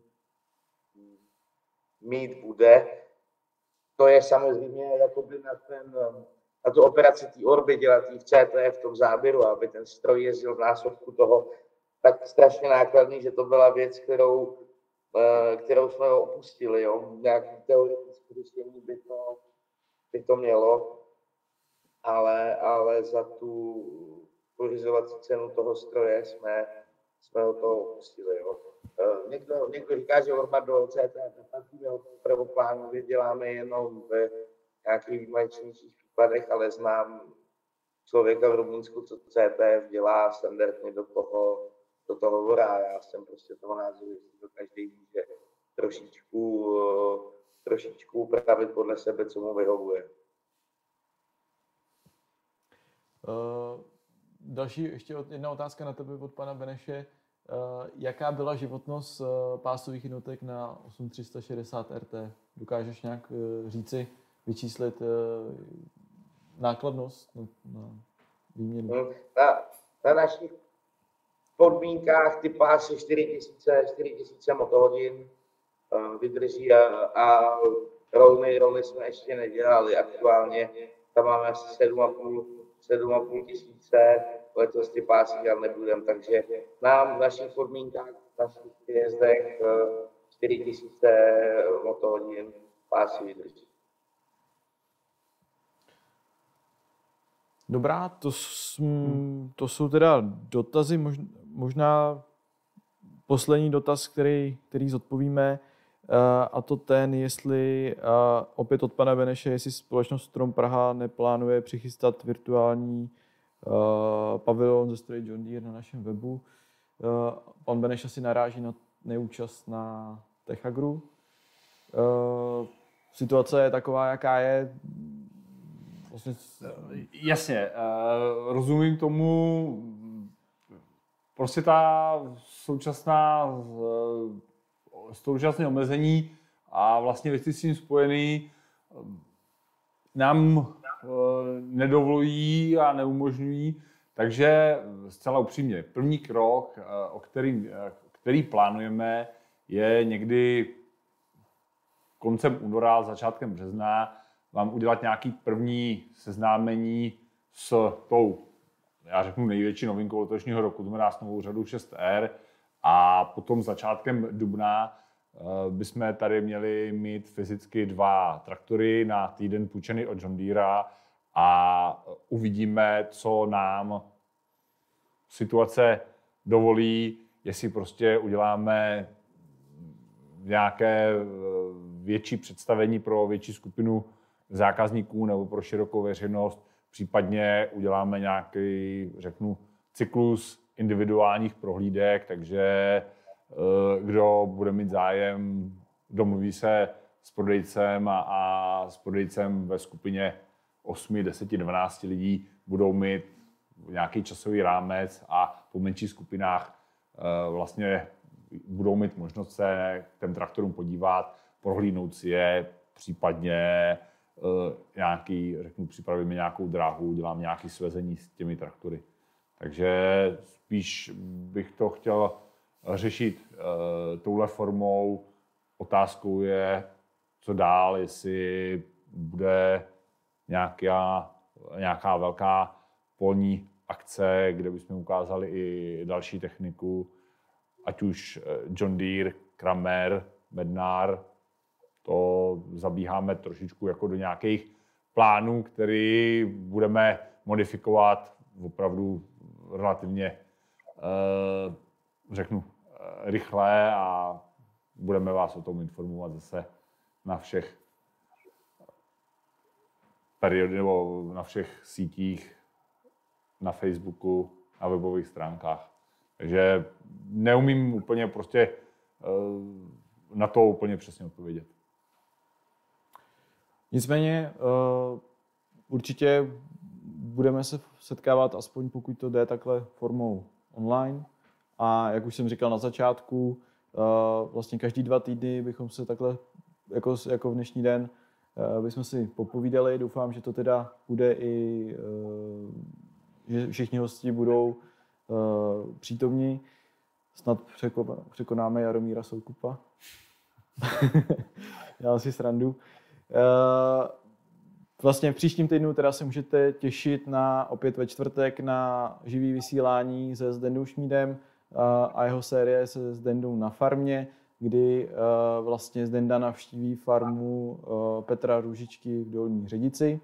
Speaker 2: mít bude. To je samozřejmě jakoby na tu operaci té orby dělat v CTF v tom záběru, aby ten stroj jezdil v násobku toho, tak strašně nákladný, že to byla věc, kterou jsme opustili. Jo. Nějaký teoretické řešení by to mělo, ale za tu pořizovací cenu toho stroje jsme ho to opustili. Jo. Někdo říká, že orba do CTF nepatří, prvoplánově děláme jenom ve nějakých výjimečnějších případech, ale znám člověka v Rumunsku, co CTF dělá standardně do toho vorá. Já jsem prostě toho názoru, že to každý může trošičku upravit podle sebe, co mu vyhovuje.
Speaker 1: Další ještě jedna otázka na tebe od pana Beneše. Jaká byla životnost pásových jednotek na 8360 RT? Dokážeš nějak říci, vyčíslit nákladnost na výměnu?
Speaker 2: Na našich podmínkách ty pásy 4000 motohodin vydrží a rolny jsme ještě nedělali. Aktuálně tam máme asi 7,5 tisíce, letos ty pásy dělat nebudeme, takže nám v našich podmínkách, v našich jezdech 4000 motohodin pásy vydrží.
Speaker 1: Dobrá, to jsou teda dotazy, možná poslední dotaz, který zodpovíme. A to ten, jestli opět od pana Beneše, jestli společnost Strom Praha neplánuje přichystat virtuální pavilon ze stroje John Deere na našem webu. Pan Beneš asi naráží na neúčast na Techagru. Situace je taková, jaká je. Vlastně...
Speaker 4: Jasně, rozumím tomu. Prostě ta současné omezení a vlastně věci s tím spojený nám nedovolují a neumožňují. Takže zcela upřímně, první krok, který plánujeme, je někdy koncem února, začátkem března, vám udělat nějaký první seznámení s tou, já řeknu, největší novinkou letošního roku, to znamená s novou řadou 6R, a potom začátkem dubna bychom tady měli mít fyzicky 2 traktory na týden půjčený od John Deere a uvidíme, co nám situace dovolí, jestli prostě uděláme nějaké větší představení pro větší skupinu zákazníků nebo pro širokou veřejnost, případně uděláme nějaký, řeknu, cyklus individuálních prohlídek, takže kdo bude mít zájem, domluví se s prodejcem a s prodejcem ve skupině 8, 10, 12 lidí budou mít nějaký časový rámec a po menších skupinách vlastně budou mít možnost se k těm traktorům podívat, prohlídnout si je, případně připravíme nějakou dráhu, dělám nějaké svezení s těmi traktory. Takže spíš bych to chtěl řešit touhle formou. Otázkou je, co dál, jestli bude nějaká velká polní akce, kde bychom ukázali i další techniku, ať už John Deere, Kramer, Bednar. To zabíháme trošičku jako do nějakých plánů, který budeme modifikovat opravdu relativně, rychle a budeme vás o tom informovat zase na všech nebo na všech sítích, na Facebooku, na webových stránkách. Takže neumím úplně prostě na to úplně přesně odpovědět.
Speaker 1: Nicméně určitě budeme se setkávat, aspoň pokud to jde takhle formou online. A jak už jsem říkal na začátku, vlastně každý 2 týdny bychom se takhle, jako v dnešní den, bychom si popovídali. Doufám, že to teda bude i, že všichni hosti budou přítomní. Snad překonáme Jaromíra Soukupa. Já si srandu. Vlastně v příštím týdnu teda se můžete těšit opět ve čtvrtek na živý vysílání se Zdendou Šmídem a jeho série se Zdendou na farmě, kdy vlastně Zdenda navštíví farmu Petra Růžičky v Dolní Ředici.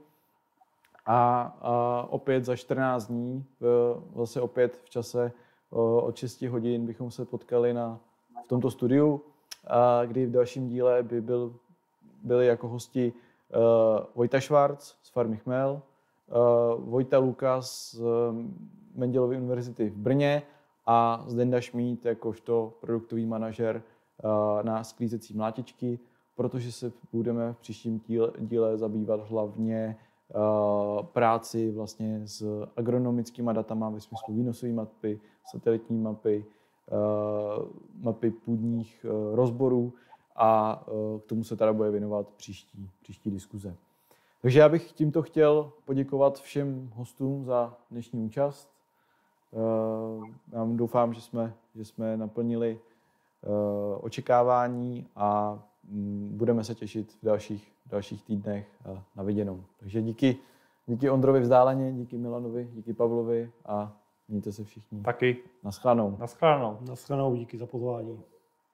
Speaker 1: A opět za 14 dní, zase opět v čase od 6 hodin bychom se potkali v tomto studiu, kdy v dalším díle by byli jako hosti Vojta Švarc z farmy Chmel, Vojta Lukas z Mendelovy univerzity v Brně a Zdenda Šmíd jakožto produktový manažer na sklízecí mlátičky, protože se budeme v příštím díle zabývat hlavně práci vlastně s agronomickými datama ve smyslu výnosové mapy, satelitní mapy, mapy půdních rozborů a k tomu se teda bude věnovat příští diskuze. Takže já bych tímto chtěl poděkovat všem hostům za dnešní účast. Já doufám, že jsme naplnili očekávání a budeme se těšit v dalších týdnech na viděnou. Takže díky Ondrovi vzdáleně, díky Milanovi, díky Pavlovi a mějte se všichni.
Speaker 4: Taky.
Speaker 1: Naschledanou.
Speaker 3: Naschledanou, díky za pozvání.